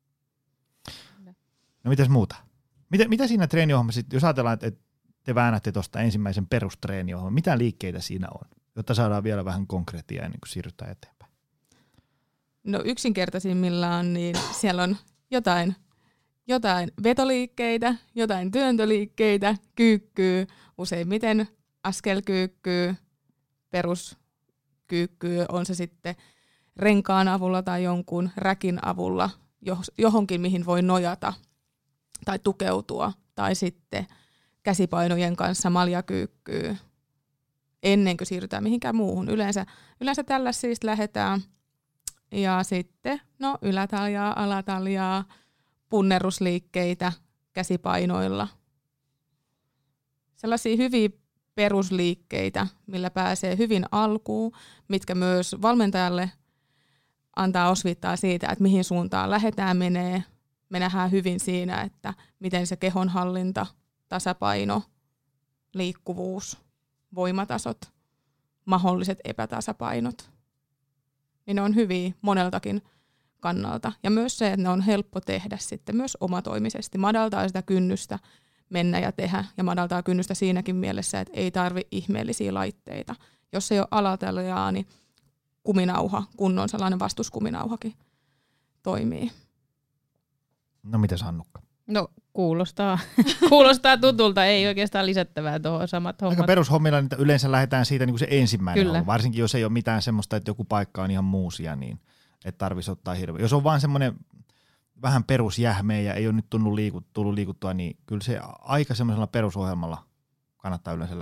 No mitäs muuta? Mitä, mitä siinä treeniohjelmassa, jos ajatellaan, että te väännätte tuosta ensimmäisen perustreeniohjelman, mitä liikkeitä siinä on, jotta saadaan vielä vähän konkreettia ennen kuin siirrytään eteenpäin? No yksinkertaisimmillaan niin siellä on jotain, jotain vetoliikkeitä, jotain työntöliikkeitä, kyykkyä, useimmiten askelkyykkyä, peruskyykkyä, on se sitten renkaan avulla tai jonkun räkin avulla johonkin, mihin voi nojata tai tukeutua, tai sitten käsipainojen kanssa maljakyykkyä, ennen kuin siirrytään mihinkään muuhun. Yleensä, yleensä tällä siis lähdetään, ja sitten no, ylätaljaa, alataljaa, punnerusliikkeitä käsipainoilla. Sellaisia hyviä perusliikkeitä, millä pääsee hyvin alkuun, mitkä myös valmentajalle antaa osviittaa siitä, että mihin suuntaan lähdetään menee. Me nähdään hyvin siinä, että miten se kehonhallinta, tasapaino, liikkuvuus, voimatasot, mahdolliset epätasapainot, niin ne on hyviä moneltakin kannalta. Ja myös se, että ne on helppo tehdä sitten myös omatoimisesti. Madaltaa sitä kynnystä mennä ja tehdä, ja madaltaa kynnystä siinäkin mielessä, että ei tarvitse ihmeellisiä laitteita. Jos ei ole alataljaa, niin kuminauha, kunnon sellainen vastuskuminauhakin toimii. No mitäs Hannukka? No kuulostaa, kuulostaa tutulta, ei oikeastaan lisättävää tuohon samat hommat. Aika perushommilla niin yleensä lähdetään siitä niin kuin se ensimmäinen homma. Varsinkin jos ei ole mitään semmoista, että joku paikka on ihan muusia, niin et tarvitsisi ottaa hirveä. Jos on vaan semmoinen vähän perusjähmeä ja ei ole nyt tullut, liiku, tullut liikuttua, niin kyllä se aika semmoisella perusohjelmalla kannattaa yleensä lähteä.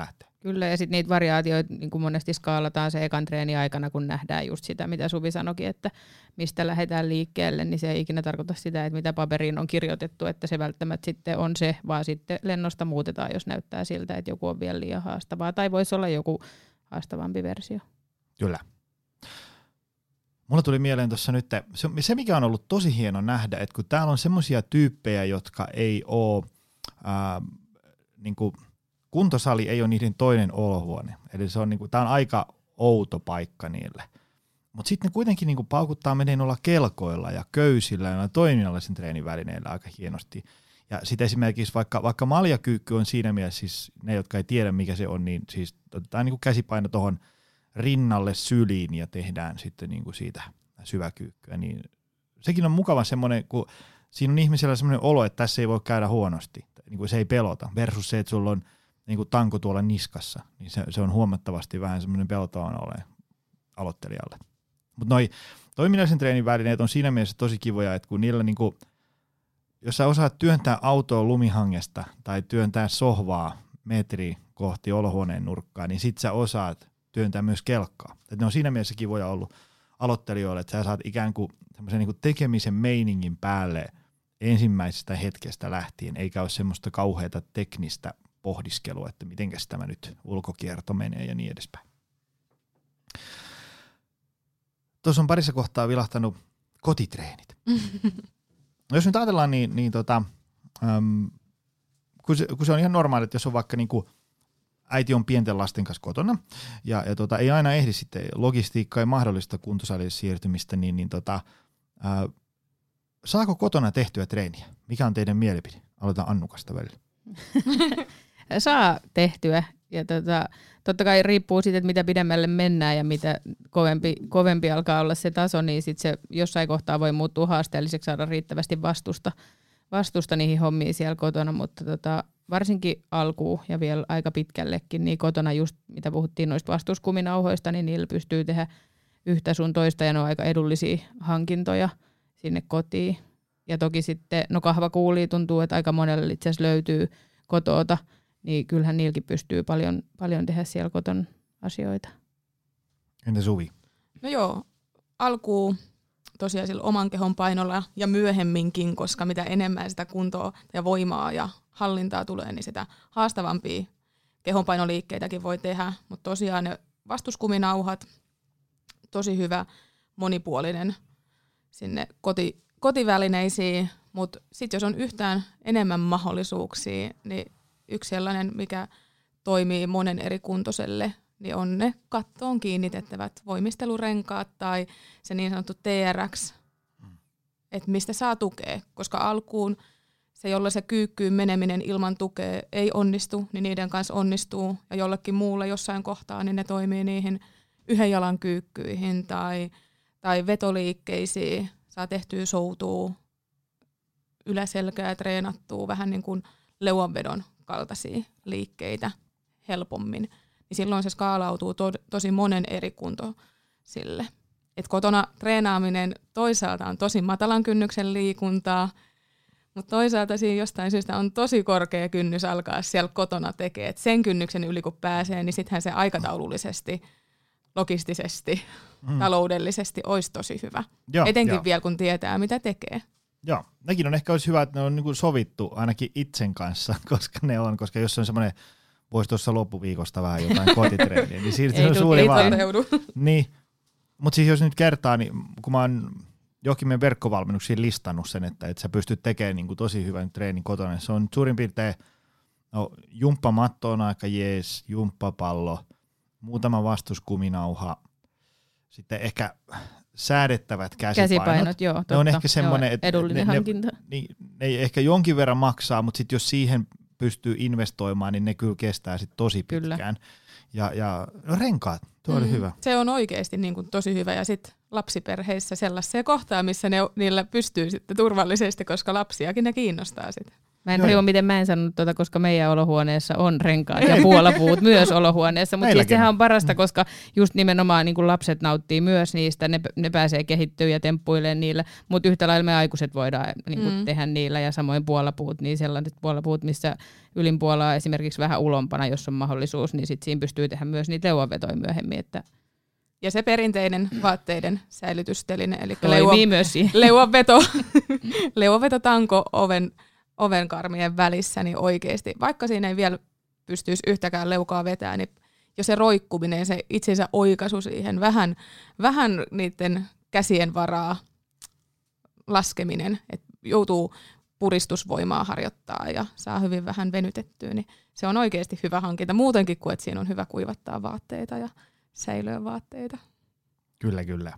Kyllä, ja sitten niitä variaatioita niin kuin monesti skaalataan se ekan treeni aikana, kun nähdään just sitä, mitä Suvi sanoikin, että mistä lähdetään liikkeelle, niin se ei ikinä tarkoita sitä, että mitä paperiin on kirjoitettu, että se välttämättä sitten on se, vaan sitten lennosta muutetaan, jos näyttää siltä, että joku on vielä liian haastavaa, tai voisi olla joku haastavampi versio. Kyllä. Mulla tuli mieleen tuossa nyt, se mikä on ollut tosi hieno nähdä, että kun täällä on semmoisia tyyppejä, jotka ei ole, ää, niinku, kuntosali ei ole niiden toinen olohuone, eli se on niinku, tää on aika outo paikka niille. Mutta sitten ne kuitenkin niinku paukuttaa meneen olla kelkoilla ja köysillä ja toiminnallisen treenivälineillä aika hienosti. Ja sitten esimerkiksi vaikka, vaikka maljakyykky on siinä mielessä, siis ne jotka ei tiedä mikä se on, niin siis otetaan niinku käsipaino tuohon rinnalle syliin ja tehdään sitten niinku siitä syväkyykkyä. Niin sekin on mukava semmoinen, kun siinä on ihmisellä semmoinen olo, että tässä ei voi käydä huonosti, niinku se ei pelota, versus se, että sulla on niinku tanko tuolla niskassa, niin se, se on huomattavasti vähän semmoinen pelotavan ole aloittelijalle. Mutta noi toiminnallisen treenin välineet on siinä mielessä tosi kivoja, että kun niillä niinku, jos sä osaat työntää autoa lumihangesta tai työntää sohvaa metri kohti olohuoneen nurkkaa, niin sit sä osaat työntää myös kelkkaa. Et ne on siinä mielessä kivoja ollut aloittelijoille, että sä saat ikään kuin semmoisen niinku tekemisen meiningin päälle ensimmäisestä hetkestä lähtien, eikä ole semmoista kauheata teknistä pohdiskelua, että mitenkäs tämä nyt ulkokierto menee ja niin edespäin. Tuossa on parissa kohtaa vilahtanut kotitreenit. No jos nyt ajatellaan, niin, niin tota, äm, kun, se, kun se on ihan normaali, että jos on vaikka niin kuin äiti on pienten lasten kanssa kotona ja, ja tota, ei aina ehdi sitten logistiikkaa ja mahdollista kuntosalille siirtymistä, niin, niin tota, ää, saako kotona tehtyä treeniä? Mikä on teidän mielipide? Aloitetaan Annukasta välillä. Saa tehtyä. Ja tota, totta kai riippuu siitä, että mitä pidemmälle mennään ja mitä kovempi, kovempi alkaa olla se taso, niin sit se jossain kohtaa voi muuttua haasteelliseksi saada riittävästi vastusta, vastusta niihin hommiin siellä kotona, mutta tota, varsinkin alkuun ja vielä aika pitkällekin, niin kotona just mitä puhuttiin noista vastuskuminauhoista, niin niillä pystyy tehdä yhtä sun toista ja ne on aika edullisia hankintoja sinne kotiin. Ja toki sitten, no kahvakuulia tuntuu, että aika monelle itse asiassa löytyy kotoota, niin kyllähän niilläkin pystyy paljon, paljon tehdä siellä koton asioita. Entä Suvi? No joo, alkuun tosiaan sillä oman kehon painolla ja myöhemminkin, koska mitä enemmän sitä kuntoa ja voimaa ja hallintaa tulee, niin sitä haastavampia kehonpainoliikkeitäkin voi tehdä. Mutta tosiaan ne vastuskuminauhat, tosi hyvä, monipuolinen sinne koti, kotivälineisiin, mutta sitten jos on yhtään enemmän mahdollisuuksia, niin yksi sellainen, mikä toimii monen eri kuntoiselle, niin on ne kattoon kiinnitettävät voimistelurenkaat tai se niin sanottu T R X, että mistä saa tukea, koska alkuun se, jolla se kyykkyyn meneminen ilman tukea ei onnistu, niin niiden kanssa onnistuu ja jollekin muulle jossain kohtaa, niin ne toimii niihin yhden jalan kyykkyihin tai, tai vetoliikkeisiin, saa tehtyä soutua, yläselkää treenattua, vähän niin kuin leuanvedon kaltaisia liikkeitä helpommin, niin silloin se skaalautuu to- tosi monen eri kunto sille. Et kotona treenaaminen toisaalta on tosi matalan kynnyksen liikuntaa, mutta toisaalta siinä jostain syystä on tosi korkea kynnys alkaa siellä kotona tekemään. Et sen kynnyksen yli kun pääsee, niin sittenhän se aikataulullisesti, logistisesti, mm. taloudellisesti olisi tosi hyvä. Joo, etenkin jo. Vielä kun tietää, mitä tekee. Joo, nekin on ehkä olisi hyvä, että ne on niinku sovittu ainakin itsen kanssa, koska ne on, koska jos on semmoinen, voisi tuossa loppuviikosta vähän jotain kotitreeniä, niin siitä se on suuri vaan. Niin, mutta siis jos nyt kertaa, niin kun mä oon johonkin meidän verkkovalmennuksiin listannut sen, että, että sä pystyt tekemään niin kuin tosi hyvän treenin kotona, niin se on suurin piirtein, no jumppamatto on aika jees, jumppapallo, muutama vastuskuminauha, sitten ehkä säädettävät käsipainot. Käsipainot, joo, totta. Ne on ehkä semmoinen, että edullinen ne, hankinta. Ne, ne, ne ei ehkä jonkin verran maksaa, mutta sitten jos siihen pystyy investoimaan, niin ne kyllä kestää sit tosi pitkään. Kyllä. Ja, ja no renkaat, tuo mm. oli hyvä. Se on oikeasti niin kuin tosi hyvä ja sitten lapsiperheissä sellaisia kohtaa, missä ne, niillä pystyy sitten turvallisesti, koska lapsiakin ne kiinnostaa sitä. Mä en tajua, miten mä en sanonut tuota, koska meidän olohuoneessa on renkaat ja puolapuut myös olohuoneessa, mutta siis sehän on parasta, koska just nimenomaan niin kuin lapset nauttii myös niistä, ne, ne pääsee kehittyä ja temppuilemaan niillä, mutta yhtä lailla me aikuiset voidaan niin kuin mm. tehdä niillä ja samoin puolapuut, niin sellaiset puolapuut, missä ylin puolaa esimerkiksi vähän ulompana, jos on mahdollisuus, niin sit siinä pystyy tehdä myös niitä leuanvetoja myöhemmin, että ja se perinteinen vaatteiden säilytysteline, eli leuanveto, leuanvetotanko oven, ovenkarmien välissä, niin oikeasti, vaikka siinä ei vielä pystyisi yhtäkään leukaa vetää, niin jo se roikkuminen, se itsensä oikaisu siihen, vähän, vähän niiden käsien varaa laskeminen, että joutuu puristusvoimaa harjoittaa ja saa hyvin vähän venytettyä, niin se on oikeasti hyvä hankinta muutenkin kuin, että siinä on hyvä kuivattaa vaatteita ja säilöä vaatteita. Kyllä, kyllä.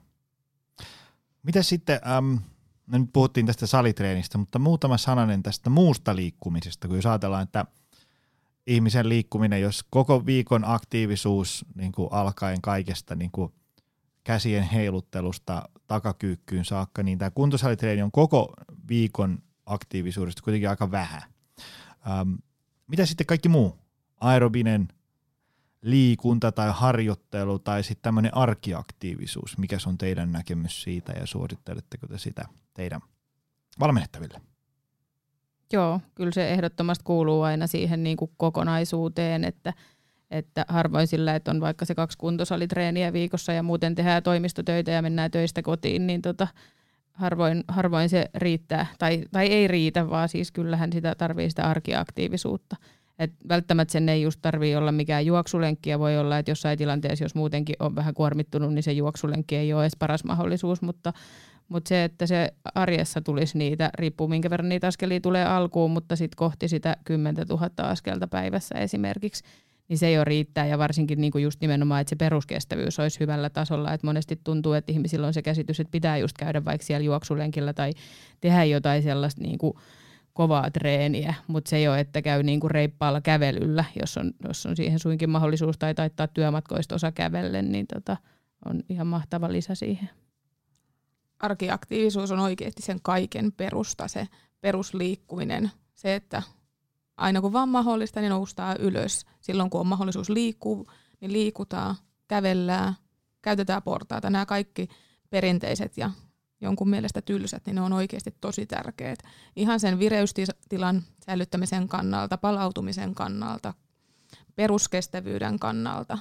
Mitäs sitten, äm, no nyt puhuttiin tästä salitreenistä, mutta muutama sananen tästä muusta liikkumisesta, kun jos ajatellaan, että ihmisen liikkuminen, jos koko viikon aktiivisuus niin kuin alkaen kaikesta niin kuin käsien heiluttelusta takakyykkyyn saakka, niin tämä kuntosalitreeni on koko viikon aktiivisuudesta kuitenkin aika vähän. Ähm, mitä sitten kaikki muu? Aerobinen liikunta tai harjoittelu tai sitten tämmöinen arkiaktiivisuus. Mikä on teidän näkemys siitä ja suositteletteko te sitä teidän valmennettaville? Joo, kyllä se ehdottomasti kuuluu aina siihen niin kuin kokonaisuuteen, että, että harvoin sillä, että on vaikka se kaksi kuntosalitreeniä viikossa ja muuten tehdään toimistotöitä ja mennään töistä kotiin, niin tota, harvoin, harvoin se riittää tai, tai ei riitä, vaan siis kyllähän sitä tarvii sitä arkiaktiivisuutta. Et välttämättä sen ei just tarvii olla mikään juoksulenkki ja voi olla, että jossain tilanteessa, jos muutenkin on vähän kuormittunut, niin se juoksulenkki ei ole edes paras mahdollisuus, mutta, mutta se, että se arjessa tulisi niitä, riippuu minkä verran niitä askelia tulee alkuun, mutta sitten kohti sitä kymmentätuhatta askelta päivässä esimerkiksi, niin se jo riittää ja varsinkin niin kuin just nimenomaan, että se peruskestävyys olisi hyvällä tasolla, että monesti tuntuu, että ihmisillä on se käsitys, että pitää just käydä vaikka siellä juoksulenkillä tai tehdä jotain sellaista niin kuin kovaa treeniä, mutta se ei ole, että käy niinku reippaalla kävelyllä, jos on, jos on siihen suinkin mahdollisuus tai taittaa työmatkoista osa kävellen, niin tota, on ihan mahtava lisä siihen. Arkiaktiivisuus on oikeasti sen kaiken perusta, se perusliikkuminen, se, että aina kun vaan mahdollista, niin noustaan ylös. Silloin kun on mahdollisuus liikkua, niin liikutaan, kävellään, käytetään portaita. Nämä kaikki perinteiset ja jonkun mielestä tylsät, niin ne on oikeasti tosi tärkeät. Ihan sen vireystilan säilyttämisen kannalta, palautumisen kannalta, peruskestävyyden kannalta,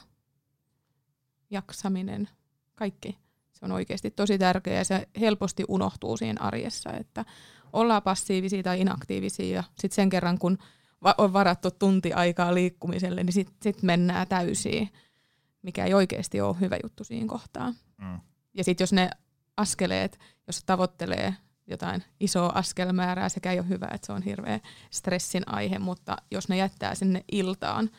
jaksaminen, kaikki. Se on oikeasti tosi tärkeää ja se helposti unohtuu siinä arjessa, että ollaan passiivisia tai inaktiivisia ja sitten sen kerran, kun on varattu tunti aikaa liikkumiselle, niin sitten sit mennään täysiin, mikä ei oikeasti ole hyvä juttu siinä kohtaa. Mm. Ja sitten jos ne askeleet, jos tavoittelee jotain isoa askelmäärää, sekä ei ole hyvä, että se on hirveä stressin aihe, mutta jos ne jättää sinne iltaan,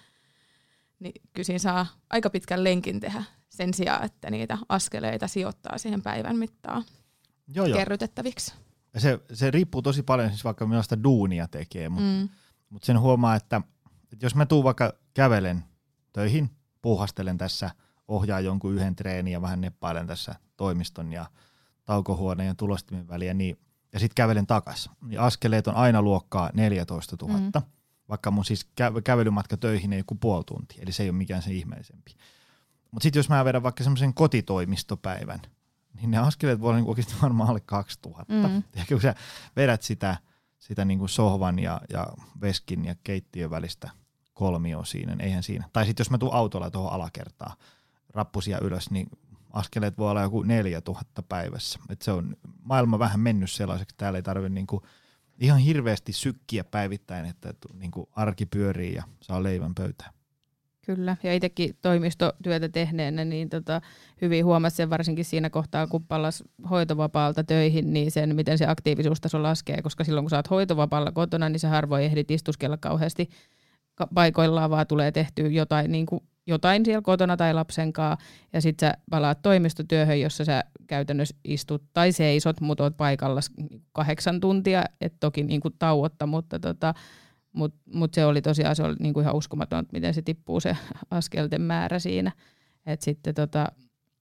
niin kyllä siinä saa aika pitkän lenkin tehdä sen sijaan, että niitä askeleita sijoittaa siihen päivän mittaan joo, joo. kerrytettäviksi. Ja se, se riippuu tosi paljon, siis vaikka millaista duunia tekee, mutta mm. mut sen huomaa, että, että jos mä tuun vaikka kävelen töihin, puuhastelen tässä, ohjaa jonkun yhden treenin ja vähän neppailen tässä toimiston ja taukohuoneen ja tulostimen väliä, niin, ja sitten kävelen takas. Niin askeleet on aina luokkaa neljätoistatuhatta, mm. vaikka mun siis kä- kävelymatka töihin ei joku puoli tuntia, eli se ei ole mikään se ihmeellisempi. Mutta sitten jos mä vedän vaikka semmoisen kotitoimistopäivän, niin ne askeleet voi olla niin oikeasti varmaan alle kaksituhatta. Mm. Ja kun sä vedät sitä, sitä niin kuin sohvan ja, ja veskin ja keittiön välistä kolmioon siinä, niin eihän siinä. Tai sitten jos mä tuun autolla tuohon alakertaan, rappusia ylös, niin askeleet voi olla joku neljätuhatta päivässä. Et se on maailma vähän mennyt sellaiseksi, täällä ei tarvitse niinku ihan hirveästi sykkiä päivittäin, että niinku arki pyörii ja saa leivän pöytään. Kyllä, ja itsekin toimistotyötä tehneenä, niin tota, hyvin huomasin sen varsinkin siinä kohtaa, kun pallas hoitovapaalta töihin, niin sen, miten se aktiivisuustaso laskee, koska silloin kun sä oot hoitovapaalla kotona, niin sä harvoin ehdit istuskella kauheasti paikoillaan, vaan tulee tehtyä jotain niin kuin jotain siellä kotona tai lapsen kanssa, ja sitten sä palaat toimistotyöhön, jossa sä käytännössä istut tai seisot, mutta oot paikalla kahdeksan tuntia, et toki niinku tauotta, mutta tota, mut, mut se oli tosiaan se oli niinku ihan uskomaton, miten se tippuu se askelten määrä siinä. Et sitten tota,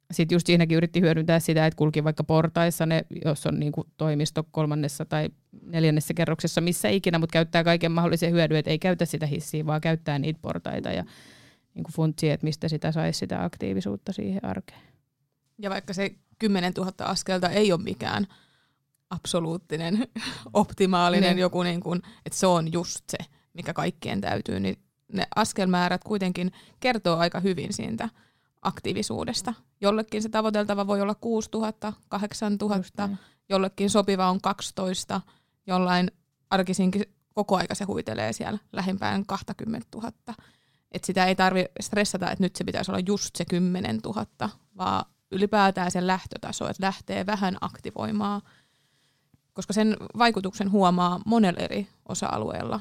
sitten just siinäkin yritti hyödyntää sitä, että kulki vaikka portaissa ne, jos on niin kuin toimisto kolmannessa tai neljännessä kerroksessa, missä ikinä, mutta käyttää kaiken mahdollisen hyödyn, että ei käytä sitä hissiä, vaan käyttää niitä portaita ja niin kuin funtsii, että mistä sitä saisi sitä aktiivisuutta siihen arkeen. Ja vaikka se kymmenen tuhatta askelta ei ole mikään absoluuttinen, optimaalinen ne. joku, niin kuin, että se on just se, mikä kaikkien täytyy, niin ne askelmäärät kuitenkin kertoo aika hyvin siitä aktiivisuudesta. Jollekin se tavoiteltava voi olla kuusituhatta, kahdeksantuhatta, jollekin sopiva on kaksitoista, jollain arkisinkin koko aika se huitelee siellä lähimpään kaksikymmentätuhatta. Et sitä ei tarvitse stressata, että nyt se pitäisi olla just se kymmenen tuhatta, vaan ylipäätään sen lähtötaso, että lähtee vähän aktivoimaan, koska sen vaikutuksen huomaa monella eri osa-alueella.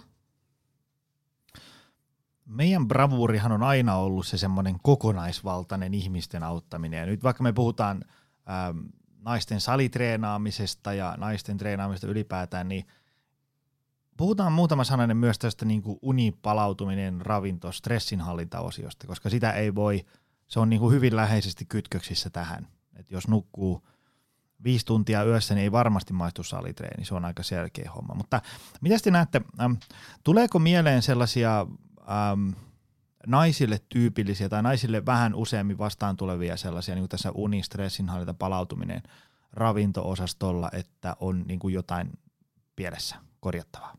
Meidän bravuurihan on aina ollut se semmoinen kokonaisvaltainen ihmisten auttaminen. Ja nyt vaikka me puhutaan ähm, naisten salitreenaamisesta ja naisten treenaamisesta ylipäätään, niin puhutaan muutama sananen myös tästä niin kuin unipalautuminen, ravinto, stressinhallintaosiosta, koska sitä ei voi, se on niin kuin hyvin läheisesti kytköksissä tähän. Et jos nukkuu viisi tuntia yössä, niin ei varmasti maistu salitreeni, se on aika selkeä homma. Mutta mitä te näette, ähm, tuleeko mieleen sellaisia ähm, naisille tyypillisiä tai naisille vähän useammin vastaan tulevia sellaisia, niin kuin tässä uni, stressinhallinta, palautuminen ravinto-osastolla, että on niin kuin jotain pielessä korjattavaa?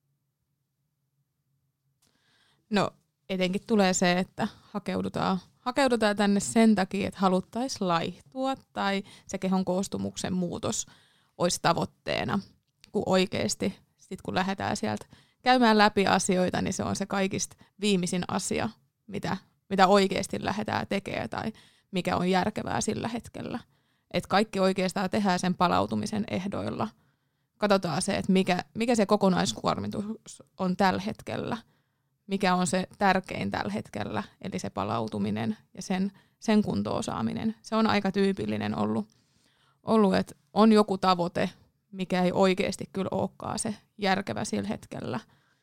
No etenkin tulee se, että hakeudutaan, hakeudutaan tänne sen takia, että haluttaisiin laihtua tai se kehon koostumuksen muutos olisi tavoitteena, kun oikeasti sit kun lähdetään sieltä käymään läpi asioita, niin se on se kaikista viimeisin asia, mitä, mitä oikeasti lähdetään tekemään tai mikä on järkevää sillä hetkellä. Että kaikki oikeastaan tehdään sen palautumisen ehdoilla. Katsotaan se, että mikä, mikä se kokonaiskuormitus on tällä hetkellä, mikä on se tärkein tällä hetkellä, eli se palautuminen ja sen, sen kunto-osaaminen. Se on aika tyypillinen ollut, ollut, että on joku tavoite, mikä ei oikeasti kyllä olekaan se järkevä sillä hetkellä.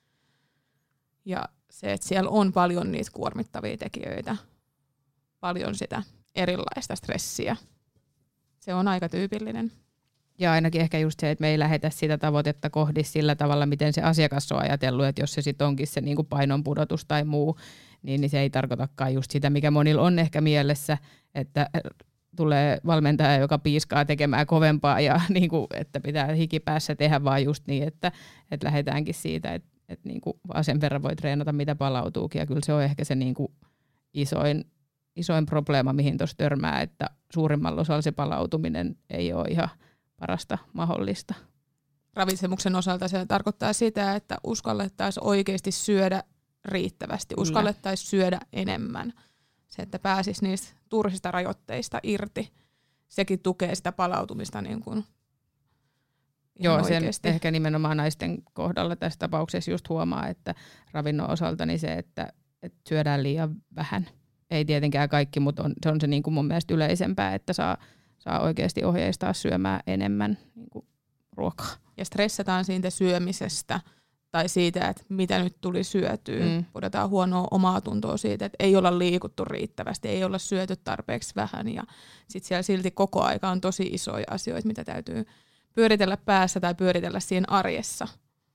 Ja se, että siellä on paljon niitä kuormittavia tekijöitä, paljon sitä erilaista stressiä. Se on aika tyypillinen. Ja ainakin ehkä just se, että me ei lähetä sitä tavoitetta kohdi sillä tavalla, miten se asiakas on ajatellut, että jos se sitten onkin se niinku painon pudotus tai muu, niin, niin se ei tarkoitakaan just sitä, mikä monilla on ehkä mielessä, että tulee valmentaja, joka piiskaa tekemään kovempaa ja niinku, että pitää hikipäässä tehdä vaan just niin, että, että lähdetäänkin siitä, että, että niinku vaan sen verran voi treenata, mitä palautuukin. Ja kyllä se on ehkä se niinku isoin, isoin probleema, mihin tuossa törmää, että suurimmalla osalla se palautuminen ei ole ihan parasta mahdollista. Ravitsemuksen osalta se tarkoittaa sitä, että uskallettaisiin oikeasti syödä riittävästi, uskallettaisiin syödä enemmän. Se, että pääsisi niistä turhista rajoitteista irti, sekin tukee sitä palautumista niin kuin Joo, sen ehkä nimenomaan naisten kohdalla tässä tapauksessa just huomaa, että ravinnon osalta niin se, että, että syödään liian vähän. Ei tietenkään kaikki, mutta on, se on se niin kuin mun mielestä yleisempää, että saa saa oikeasti ohjeistaa syömään enemmän niin kuin ruokaa. Ja stressataan siitä syömisestä tai siitä, että mitä nyt tuli syötyä. Mm. Pudotaan huonoa omaa tuntoa siitä, että ei olla liikuttu riittävästi, ei olla syöty tarpeeksi vähän. Ja sitten siellä silti koko aika on tosi isoja asioita, mitä täytyy pyöritellä päässä tai pyöritellä siinä arjessa.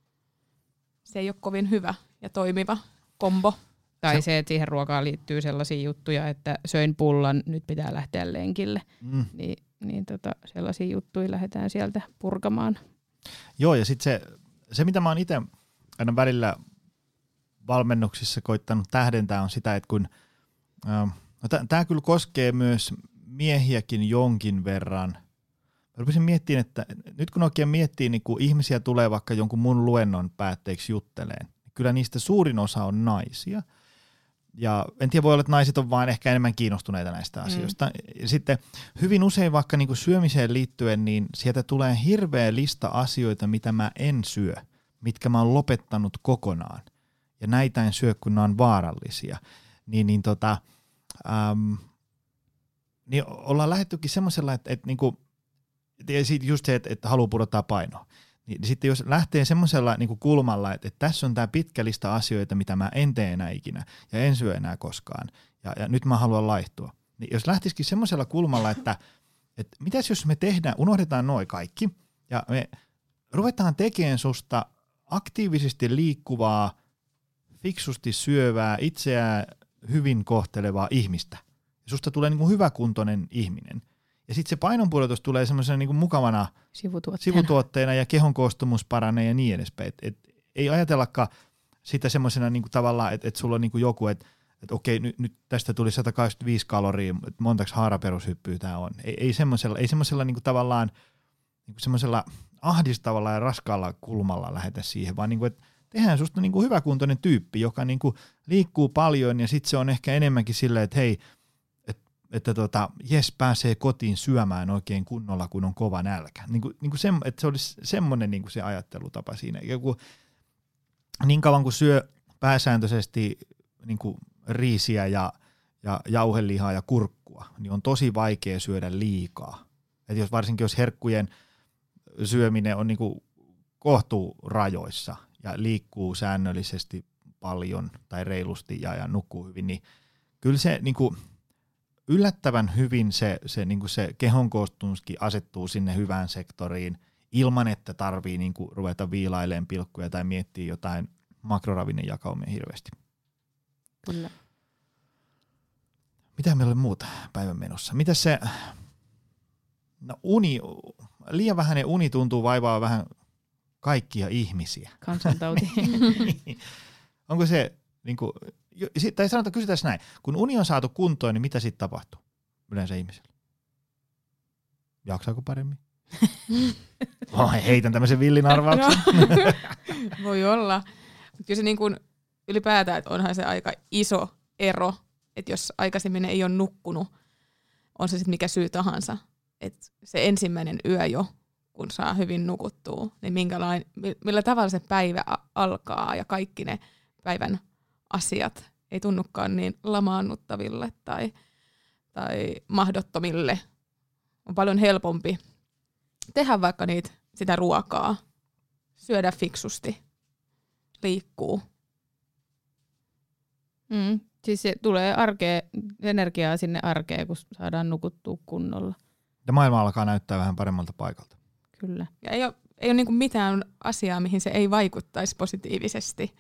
Se ei ole kovin hyvä ja toimiva kombo. Tai se, että siihen ruokaan liittyy sellaisia juttuja, että söin pullan, nyt pitää lähteä lenkille. Mm. Ni, niin tota, sellaisia juttuja lähdetään sieltä purkamaan. Joo, ja sitten se, se, mitä mä oon itse aina välillä valmennuksissa koittanut tähdentää, on sitä, että kun äh, no tämä kyllä koskee myös miehiäkin jonkin verran. Mä rupesin miettimään, että nyt kun oikein miettii, niin kun ihmisiä tulee vaikka jonkun mun luennon päätteeksi jutteleen, niin kyllä niistä suurin osa on naisia. Ja en tiedä, voi olla, että naiset on vaan ehkä enemmän kiinnostuneita näistä asioista. Mm. Sitten hyvin usein vaikka niinku syömiseen liittyen, niin sieltä tulee hirveä lista asioita, mitä mä en syö, mitkä mä oon lopettanut kokonaan. Ja näitä en syö, kun ne on vaarallisia. Niin, niin, tota, äm, niin ollaan lähdettykin semmoisella, että, että niinku, just se, että, että haluaa pudottaa painoa. Niin sitten jos lähtee semmoisella niin kuin kulmalla, että, että tässä on tämä pitkä lista asioita, mitä mä en tee enää ikinä ja en syö enää koskaan ja, ja nyt mä haluan laihtua, Niin jos lähtisikin semmoisella kulmalla, että et mitäs jos me tehdään, unohdetaan noi kaikki ja me ruvetaan tekemään susta aktiivisesti liikkuvaa, fiksusti syövää, itseään hyvin kohtelevaa ihmistä. Ja susta tulee niin kuin hyväkuntoinen ihminen. Ja sitten se painonpudotus tulee semmoisena niin kuin mukavana sivutuotteena. sivutuotteena ja kehon koostumus paranee ja niin edespäin. Et, et, ei ajatellakaan sitä semmoisena niin kuin tavallaan, että et sulla on niin kuin joku, että et okei, nyt, nyt tästä tuli sata kaksikymmentäviisi kaloria, että montaks haaraperushyppyä tämä on. Ei, ei semmoisella, ei semmoisella niin kuin tavallaan niin kuin semmoisella ahdistavalla ja raskaalla kulmalla lähetä siihen, vaan niin kuin, että tehdään susta niin kuin hyväkuntoinen tyyppi, joka niin kuin liikkuu paljon ja sitten se on ehkä enemmänkin silleen, että hei, et, että tota, jes pääsee kotiin syömään oikein kunnolla, kun on kova nälkä. Niin kuin, niin kuin se, että se olisi semmoinen niin kuin se ajattelutapa siinä. Joku, niin kauan kuin syö pääsääntöisesti niin kuin riisiä ja, ja jauhelihaa ja kurkkua, niin on tosi vaikea syödä liikaa. Et jos, varsinkin jos herkkujen syöminen on niin kuin kohtuurajoissa ja liikkuu säännöllisesti paljon tai reilusti ja, ja nukkuu hyvin, niin kyllä se niin kuin yllättävän hyvin se, se, niin kuin se kehon koostumuskin asettuu sinne hyvään sektoriin ilman, että tarvii niin kuin ruveta viilailemaan pilkkuja tai miettiä jotain makroravinnejakaumia hirveästi. Kyllä. Mitä meillä oli muuta päivän menossa? Mitä se, no uni, liian vähäinen uni tuntuu vaivaa vähän kaikkia ihmisiä. Kansantauti. Onko se, niin kuin, tai sanotaan, kysytään näin, kun uni on saatu kuntoon, niin mitä sitten tapahtuu yleensä ihmisellä? Jaksaako paremmin? Oh, heitän tämmöisen villin arvauksen. No, voi olla. Kyllä se niin kuin ylipäätään, että onhan se aika iso ero, että jos aikaisemmin ei ole nukkunut, on se sitten mikä syy tahansa, että se ensimmäinen yö jo, kun saa hyvin nukuttua, niin minkälain, millä tavalla se päivä alkaa ja kaikki ne päivän asiat ei tunnukaan niin lamaannuttaville tai, tai mahdottomille. On paljon helpompi tehdä vaikka niitä, sitä ruokaa, syödä fiksusti, liikkuu. Mm, siis se tulee arkea, energiaa sinne arkeen, kun saadaan nukuttua kunnolla. Ja maailma alkaa näyttää vähän paremmalta paikalta. Kyllä. Ja ei ole, ei ole niin kuin mitään asiaa, mihin se ei vaikuttaisi positiivisesti.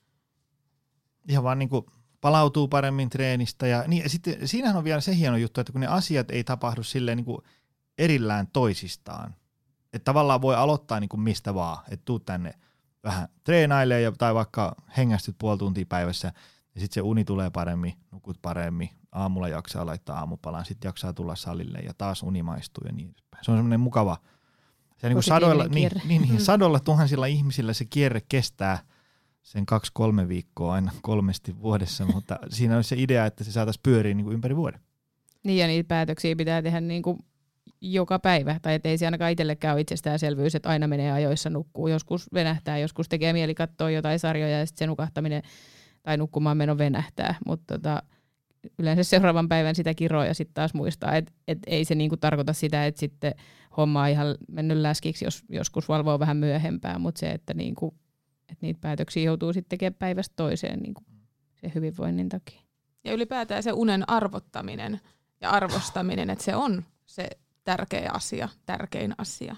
Ihan vaan niin kuin palautuu paremmin treenistä. Ja, niin, ja sitten siinähän on vielä se hieno juttu, että kun ne asiat ei tapahdu silleen niin kuin erillään toisistaan. Että tavallaan voi aloittaa niin kuin mistä vaan. Että tuu tänne vähän treenailemaan tai vaikka hengästyt puoli tuntia päivässä. Ja sitten se uni tulee paremmin, nukut paremmin. Aamulla jaksaa laittaa aamupalan, sitten jaksaa tulla salille ja taas uni maistuu ja niin edespäin. Se on semmoinen mukava. Se niin kuin sadoilla, niin, niin, niin, sadoilla tuhansilla ihmisillä se kierre kestää sen kaksi kolme viikkoa aina kolmesti vuodessa, mutta siinä on se idea, että se saataisiin pyöriä niin kuin ympäri vuoden. Niin ja niitä päätöksiä pitää tehdä niin kuin joka päivä, tai ettei se ainakaan itsellekään ole itsestäänselvyys, että aina menee ajoissa nukkuu. Joskus venähtää, joskus tekee mieli katsoa jotain sarjoja ja sitten se nukahtaminen tai nukkumaan meno venähtää, mutta tota, yleensä seuraavan päivän sitä kiroa ja sitten taas muistaa, että et ei se niinku tarkoita sitä, että sitten homma on ihan mennyt läskiksi, jos joskus valvoo vähän myöhempään, mutta se, että niinku, et niitä päätöksiä joutuu sitten tekemään päivästä toiseen niinku sen hyvinvoinnin takia. Ja ylipäätään se unen arvottaminen ja arvostaminen, että se on se tärkeä asia, tärkein asia.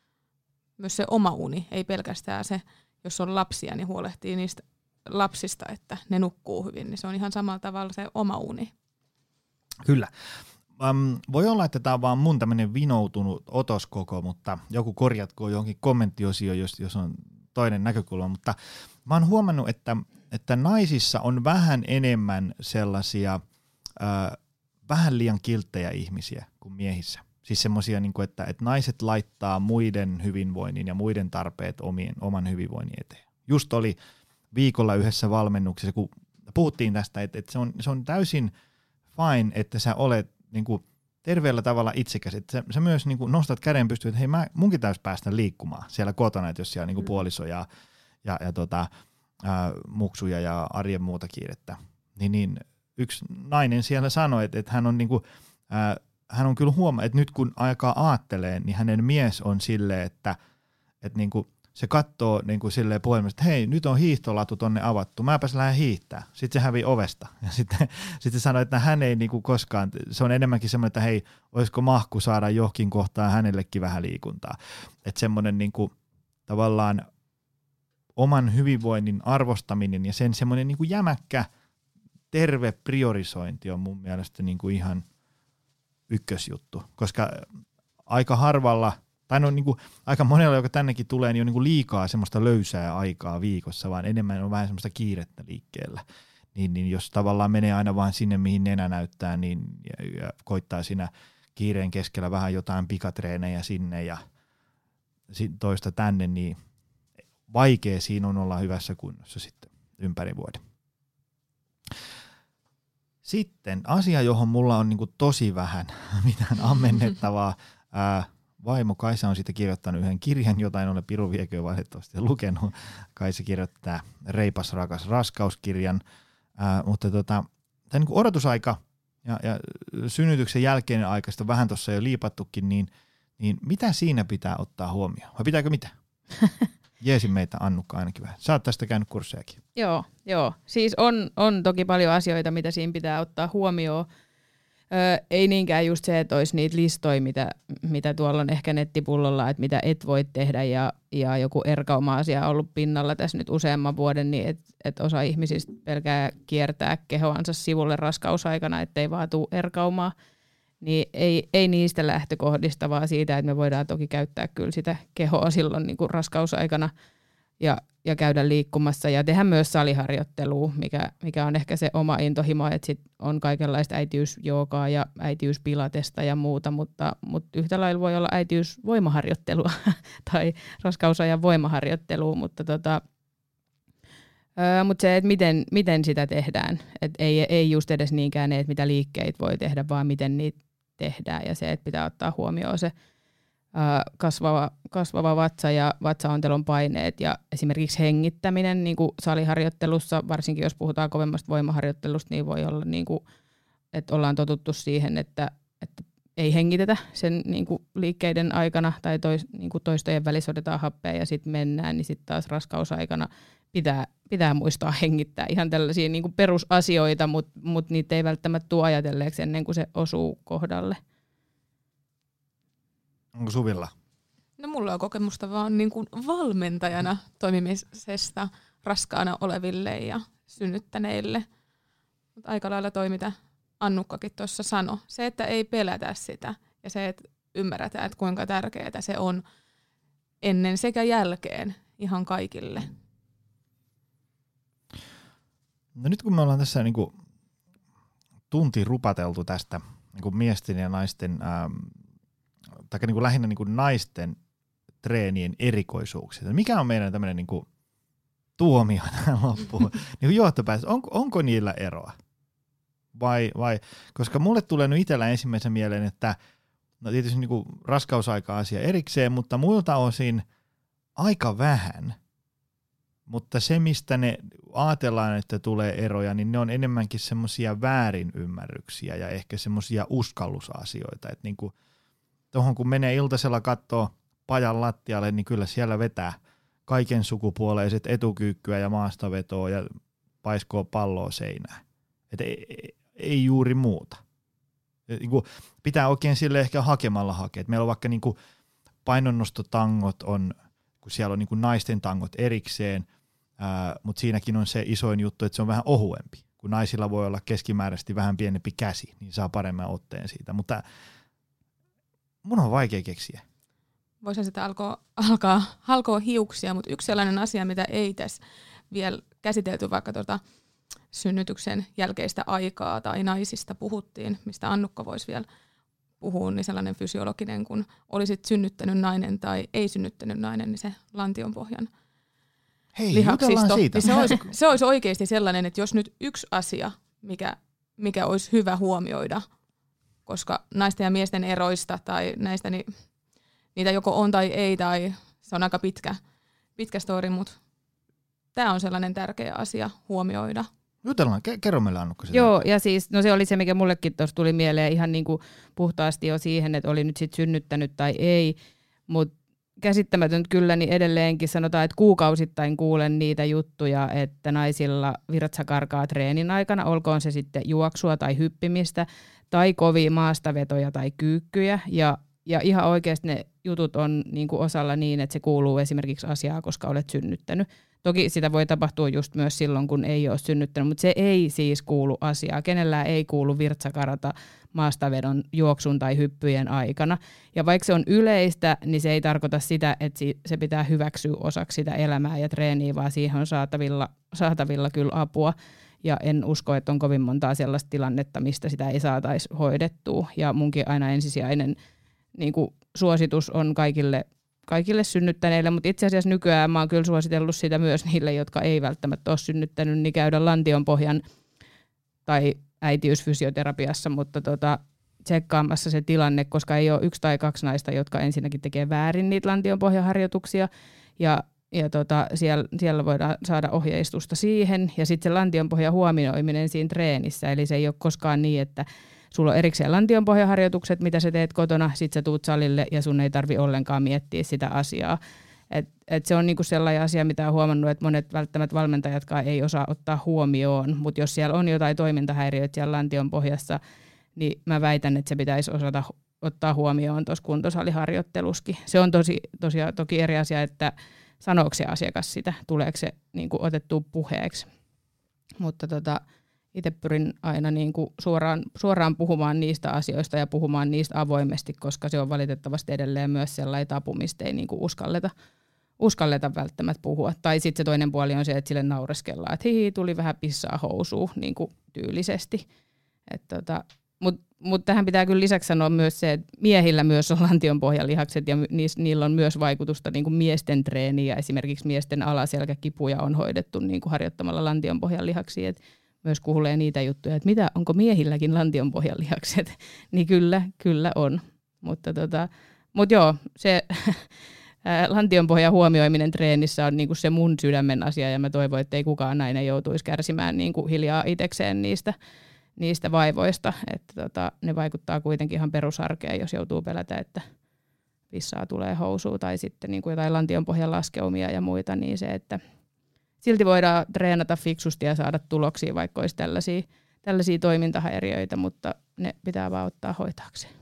Myös se oma uni, ei pelkästään se, jos on lapsia, niin huolehtii niistä lapsista, että ne nukkuu hyvin, niin se on ihan samalla tavalla se oma uni. Kyllä. Um, voi olla, että tämä on vaan mun tämmöinen vinoutunut otoskoko, mutta joku korjatko johonkin kommenttiosioon, jos, jos on toinen näkökulma, mutta mä oon huomannut, että, että naisissa on vähän enemmän sellaisia äh, vähän liian kilttejä ihmisiä kuin miehissä. Siis semmoisia, niin kuin, että, että naiset laittaa muiden hyvinvoinnin ja muiden tarpeet omien, oman hyvinvoinnin eteen. Just oli viikolla yhdessä valmennuksessa, kun puhuttiin tästä, että, että se, on, se on täysin fine, että sä olet niin kuin terveellä tavalla itsekäs. Että sä, sä myös niin kuin nostat käden pystyyn, että hei, mä, munkin täytyy päästä liikkumaan siellä kotona, että jos siellä on niin kuin puoliso ja, ja, ja tota, ää, muksuja ja arjen muuta kiirettä. Niin, niin yksi nainen siellä sanoi, että, että hän on niin kuin, ää, hän on kyllä huomannut, että nyt kun aikaa aattelee, niin hänen mies on silleen, että, että niin kuin se katsoo niin kuin silleen puhelimesta, että hei, nyt on hiihtolatu tonne avattu, mäpäs lähden hiihtää. Sitten se hävii ovesta. Ja sitten, sitten sanoi, että hän ei niin kuin koskaan, se on enemmänkin semmoinen, että hei, olisiko mahku saada johonkin kohtaan hänellekin vähän liikuntaa. Että semmoinen niin kuin tavallaan oman hyvinvoinnin arvostaminen ja sen semmoinen niin kuin jämäkkä, terve priorisointi on mun mielestä niin kuin ihan ykkösjuttu, koska aika harvalla, tai no niin kuin aika monella, joka tännekin tulee, niin on niin kuin liikaa semmoista löysää aikaa viikossa, vaan enemmän on vähän semmoista kiirettä liikkeellä. Niin, niin jos tavallaan menee aina vaan sinne, mihin nenä näyttää, niin ja, ja koittaa siinä kiireen keskellä vähän jotain pikatreenejä sinne ja toista tänne, niin vaikea siinä on olla hyvässä kunnossa sitten ympäri vuoden. Sitten asia, johon mulla on niinku tosi vähän mitään ammennettavaa. Ää, vaimo Kaisa on siitä kirjoittanut yhden kirjan, jota en ole pirun vieköön valitettavasti lukenut. Kaisa kirjoittaa Reipas rakas raskauskirjan. Ää, mutta tota, tämä niinku odotusaika ja, ja synnytyksen jälkeinen aika, sitä vähän tuossa jo liipattukin, niin, niin mitä siinä pitää ottaa huomioon? Vai pitääkö mitä? Jeesi meitä Annukka ainakin vähän. Sä oot tästä käynyt kurssejakin. Joo, joo. Siis on, on toki paljon asioita, mitä siinä pitää ottaa huomioon. Öö, ei niinkään just se, että olisi niitä listoja, mitä, mitä tuolla on ehkä nettipullolla, että mitä et voi tehdä ja, ja joku erkauma-asia on ollut pinnalla tässä nyt useamman vuoden, niin että et osa ihmisistä pelkää kiertää kehoansa sivulle raskausaikana, ettei vaan tule erkaumaa. Niin ei, ei niistä lähtökohdista, vaan siitä, että me voidaan toki käyttää kyllä sitä kehoa silloin niin kuin raskausaikana ja, ja käydä liikkumassa ja tehdä myös saliharjoittelua, mikä, mikä on ehkä se oma intohimo, että sit on kaikenlaista äitiysjoogaa ja äitiyspilatesta ja muuta, mutta, mutta yhtä lailla voi olla äitiysvoimaharjoittelua tai raskausajan voimaharjoittelua, mutta tota, Öö, mutta se, että miten, miten sitä tehdään, et ei, ei just edes niinkään ne, että mitä liikkeitä voi tehdä, vaan miten niitä tehdään ja se, että pitää ottaa huomioon se öö, kasvava, kasvava vatsa ja vatsaontelon paineet ja esimerkiksi hengittäminen niin kuin saliharjoittelussa, varsinkin jos puhutaan kovemmasta voimaharjoittelusta, niin voi olla, niin kuin, että ollaan totuttu siihen, että, että ei hengitetä sen niin kuin liikkeiden aikana tai tois, niin kuin toistojen välissä otetaan happea ja sitten mennään, niin sitten taas raskausaikana pitää, pitää muistaa hengittää ihan tällaisia niin kuin perusasioita, mutta mut niitä ei välttämättä tule ajatelleeksi ennen kuin se osuu kohdalle. Onko Suvilla? No mulla on kokemusta vaan niin kuin valmentajana toimimisesta raskaana oleville ja synnyttäneille. Mutta aika lailla toi, mitä Annukkakin tuossa sanoi. Se, että ei pelätä sitä ja se, että ymmärretään, että kuinka tärkeää se on ennen sekä jälkeen ihan kaikille. No nyt kun me ollaan tässä niin kuin tunti rupateltu tästä niin kuin miesten ja naisten, ähm, tai niin kuin lähinnä niin kuin naisten treenien erikoisuuksia. Mikä on meidän tämmöinen niin kuin tuomio tähän loppuun? niin kuin johtopäätös, onko, onko niillä eroa? Vai, vai, koska mulle tulee nyt itsellä ensimmäisen mieleen, että no tietysti niin kuin raskausaika-asia erikseen, mutta muilta osin aika vähän. Mutta se, mistä ne ajatellaan, että tulee eroja, niin ne on enemmänkin semmoisia väärinymmärryksiä ja ehkä semmoisia uskallusasioita. Että niin kuin tuohon kun menee iltasella kattoo pajan lattialle, niin kyllä siellä vetää kaiken sukupuoleiset etukyykkyä ja maastavetoa ja paiskoo palloa seinään. Että ei, ei, ei juuri muuta. Niin kuin pitää oikein sille ehkä hakemalla hakea. Et meillä on vaikka niin kuin painonnostotangot on, kun siellä on niin kuin naisten tangot erikseen, ää, mutta siinäkin on se isoin juttu, että se on vähän ohuempi. Kun naisilla voi olla keskimääräisesti vähän pienempi käsi, niin saa paremman otteen siitä. Mutta mun on vaikea keksiä. Voisin sitä alkaa, alkaa halkoa hiuksia, mutta yksi sellainen asia, mitä ei tässä vielä käsitelty, vaikka tuota synnytyksen jälkeistä aikaa tai naisista puhuttiin, mistä Annukka voisi vielä puhua, niin sellainen fysiologinen, kun olisit synnyttänyt nainen tai ei synnyttänyt nainen, niin se lantionpohjan Hei, lihaksisto. siitä. Niin se, olisi, se olisi oikeasti sellainen, että jos nyt yksi asia, mikä, mikä olisi hyvä huomioida, koska naisten ja miesten eroista tai näistä, niin niitä joko on tai ei, tai se on aika pitkä, pitkä story, mutta tämä on sellainen tärkeä asia huomioida. Jutellaan, kerro meille Annukka sitä. Joo, ja siis no se oli se, mikä mullekin tuossa tuli mieleen ihan niin kuin puhtaasti jo siihen, että oli nyt sitten synnyttänyt tai ei, mutta käsittämätöntä kyllä, niin edelleenkin sanotaan, että kuukausittain kuulen niitä juttuja, että naisilla virtsa karkaa treenin aikana, olkoon se sitten juoksua tai hyppimistä, tai kovia maastavetoja tai kyykkyjä, ja, ja ihan oikeasti ne jutut on niin kuin osalla niin, että se kuuluu esimerkiksi asiaa, koska olet synnyttänyt. Toki sitä voi tapahtua just myös silloin, kun ei ole synnyttänyt, mutta se ei siis kuulu asiaa. Kenellään ei kuulu virtsakarata maastavedon, juoksun tai hyppyjen aikana. Ja vaikka se on yleistä, niin se ei tarkoita sitä, että se pitää hyväksyä osaksi sitä elämää ja treeniä, vaan siihen on saatavilla, saatavilla kyllä apua. Ja en usko, että on kovin montaa sellaista tilannetta, mistä sitä ei saataisi hoidettua. Ja munkin aina ensisijainen niin kuin suositus on kaikille kaikille synnyttäneille, mutta itse asiassa nykyään mä oon kyllä suositellut sitä myös niille, jotka ei välttämättä ole synnyttänyt, niin käydä lantionpohjan tai äitiysfysioterapiassa, mutta tota, tsekkaamassa se tilanne, koska ei ole yksi tai kaksi naista, jotka ensinnäkin tekee väärin niitä lantionpohjaharjoituksia, ja, ja tota, siellä, siellä voidaan saada ohjeistusta siihen, ja sitten se lantionpohjan huomioiminen siinä treenissä, eli se ei ole koskaan niin, että sulla on erikseen lantionpohjaharjoitukset, mitä sä teet kotona, sit sä tuut salille ja sun ei tarvi ollenkaan miettiä sitä asiaa. Et, et se on niinku sellainen asia, mitä on huomannut, että monet välttämättä valmentajatkaan ei osaa ottaa huomioon, mutta jos siellä on jotain toimintahäiriöitä siellä lantionpohjassa, niin mä väitän, että se pitäisi osata ottaa huomioon tuossa kuntosaliharjoitteluskin. Se on tosi, tosiaan toki eri asia, että sanooko se asiakas sitä, tuleeko se niinku otettua puheeksi. Mutta tota, itse pyrin aina niin kuin suoraan, suoraan puhumaan niistä asioista ja puhumaan niistä avoimesti, koska se on valitettavasti edelleen myös sellainen tabu, mistä ei niin kuin uskalleta, uskalleta välttämättä puhua. Tai sitten se toinen puoli on se, että sille naureskellaan, että hihi, tuli vähän pissaa housuun niin kuin tyylisesti. Tota, Mutta mut tähän pitää kyllä lisäksi sanoa myös se, että miehillä myös on lantionpohjalihakset ja niillä on myös vaikutusta niin kuin miesten treeniin ja esimerkiksi miesten alaselkäkipuja on hoidettu niin kuin harjoittamalla lantionpohjalihaksia. Et myös kuulee niitä juttuja, että mitä, onko miehilläkin lantionpohjalihakset, niin kyllä, kyllä on. Mutta tota, mut joo, se lantionpohjan huomioiminen treenissä on niinku se mun sydämen asia, ja mä toivon, että ei kukaan nainen joutuisi kärsimään niinku hiljaa itsekseen niistä, niistä vaivoista. Että tota, ne vaikuttaa kuitenkin ihan perusarkeen, jos joutuu pelätä, että pissaa tulee housuun tai sitten niinku jotain lantionpohjan laskeumia ja muita, niin se, että silti voidaan treenata fiksusti ja saada tuloksia, vaikka olisi tällaisia, tällaisia toimintahäiriöitä, mutta ne pitää vaan ottaa hoitaakseen.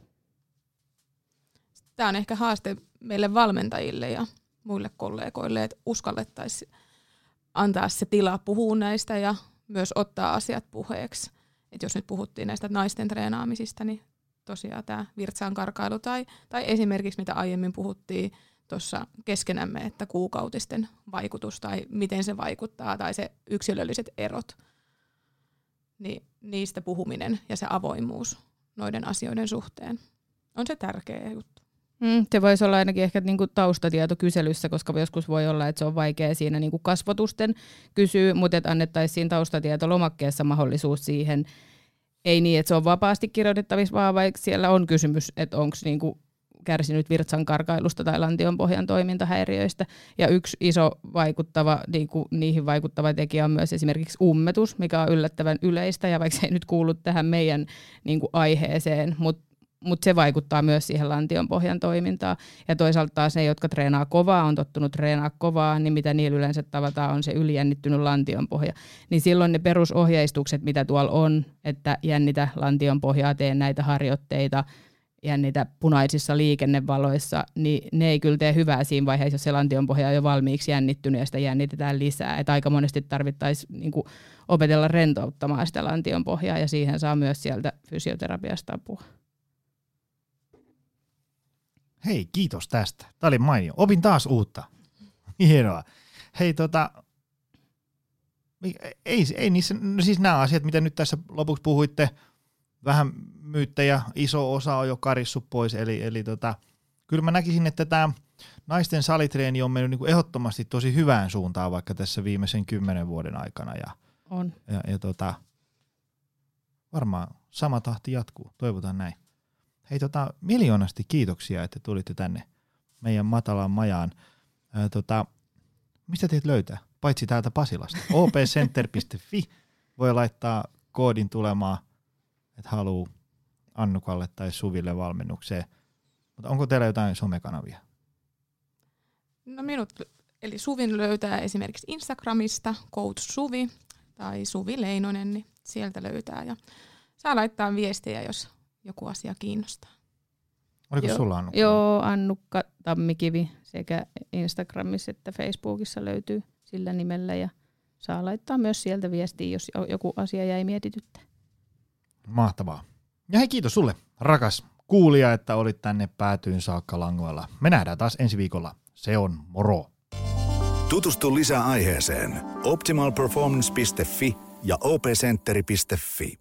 Tämä on ehkä haaste meille valmentajille ja muille kollegoille, että uskallettaisiin antaa se tila puhua näistä ja myös ottaa asiat puheeksi. Et jos nyt puhuttiin näistä naisten treenaamisista, niin tosiaan tämä virtsaan karkailu tai, tai esimerkiksi mitä aiemmin puhuttiin tuossa keskenämme, että kuukautisten vaikutus tai miten se vaikuttaa tai se yksilölliset erot, niin niistä puhuminen ja se avoimuus noiden asioiden suhteen on se tärkeä juttu. Mm, se voisi olla ainakin ehkä niinku taustatieto kyselyssä, koska joskus voi olla, että se on vaikea siinä niinku kasvotusten kysyä, mutta että annettaisiin siinä taustatietolomakkeessa mahdollisuus siihen. Ei niin, että se on vapaasti kirjoitettavissa, vaan vaikka siellä on kysymys, että onko niinku kärsinyt virtsan karkailusta tai lantionpohjan toimintahäiriöistä. Ja yksi iso vaikuttava, niinku, niihin vaikuttava tekijä on myös esimerkiksi ummetus, mikä on yllättävän yleistä, ja vaikka se ei nyt kuulu tähän meidän niinku, aiheeseen, mutta mutta se vaikuttaa myös siihen lantionpohjan toimintaan. Ja toisaalta taas ne, jotka treenaa kovaa, on tottunut treenaa kovaa, niin mitä niillä yleensä tavataan on se ylijännittynyt lantionpohja. Niin silloin ne perusohjeistukset, mitä tuolla on, että jännitä lantionpohjaa, tee näitä harjoitteita, jännitä punaisissa liikennevaloissa, niin ne ei kyllä tee hyvää siinä vaiheessa, jos se lantionpohja on jo valmiiksi jännittynyt ja sitä jännitetään lisää. Et aika monesti tarvittaisiin niin kuin opetella rentouttamaan sitä lantionpohjaa, ja siihen saa myös sieltä fysioterapiasta apua. Hei, kiitos tästä. Tämä oli mainio. Opin taas uutta. Hienoa. Hei, tota, ei, ei niissä, no siis nämä asiat, mitä nyt tässä lopuksi puhuitte, vähän myyttejä, iso osa on jo karissut pois, eli, eli tota, kyllä mä näkisin, että tämä naisten salitreeni on mennyt niin kuin ehdottomasti tosi hyvään suuntaan vaikka tässä viimeisen kymmenen vuoden aikana. Ja, on. Ja, ja tota, varmaan sama tahti jatkuu, toivotaan näin. Hei, tota, miljoonasti kiitoksia, että tulitte tänne meidän matalaan majaan. Ää, tota, mistä teet löytää? Paitsi täältä Pasilasta. o p center piste f i voi laittaa koodin tulemaan, että haluaa Annukalle tai Suville valmennukseen. Mutta onko teillä jotain somekanavia? No minut, eli Suvin löytää esimerkiksi Instagramista, Coach Suvi tai Suvi Leinonen, niin sieltä löytää. Ja saa laittaa viestejä, jos joku asia kiinnostaa. Oliko joo, sulla Annukka? Joo, Annukka Tammikivi sekä Instagramissa että Facebookissa löytyy sillä nimellä ja saa laittaa myös sieltä viestiä, jos joku asia jäi mietityttää. Mahtavaa. Ja hei, kiitos sulle, rakas kuulija, että olit tänne päätyyn saakka langoilla. Me nähdään taas ensi viikolla. Se on moro. Tutustu lisää aiheeseen optimal performance piste fi ja o p centeri piste fi.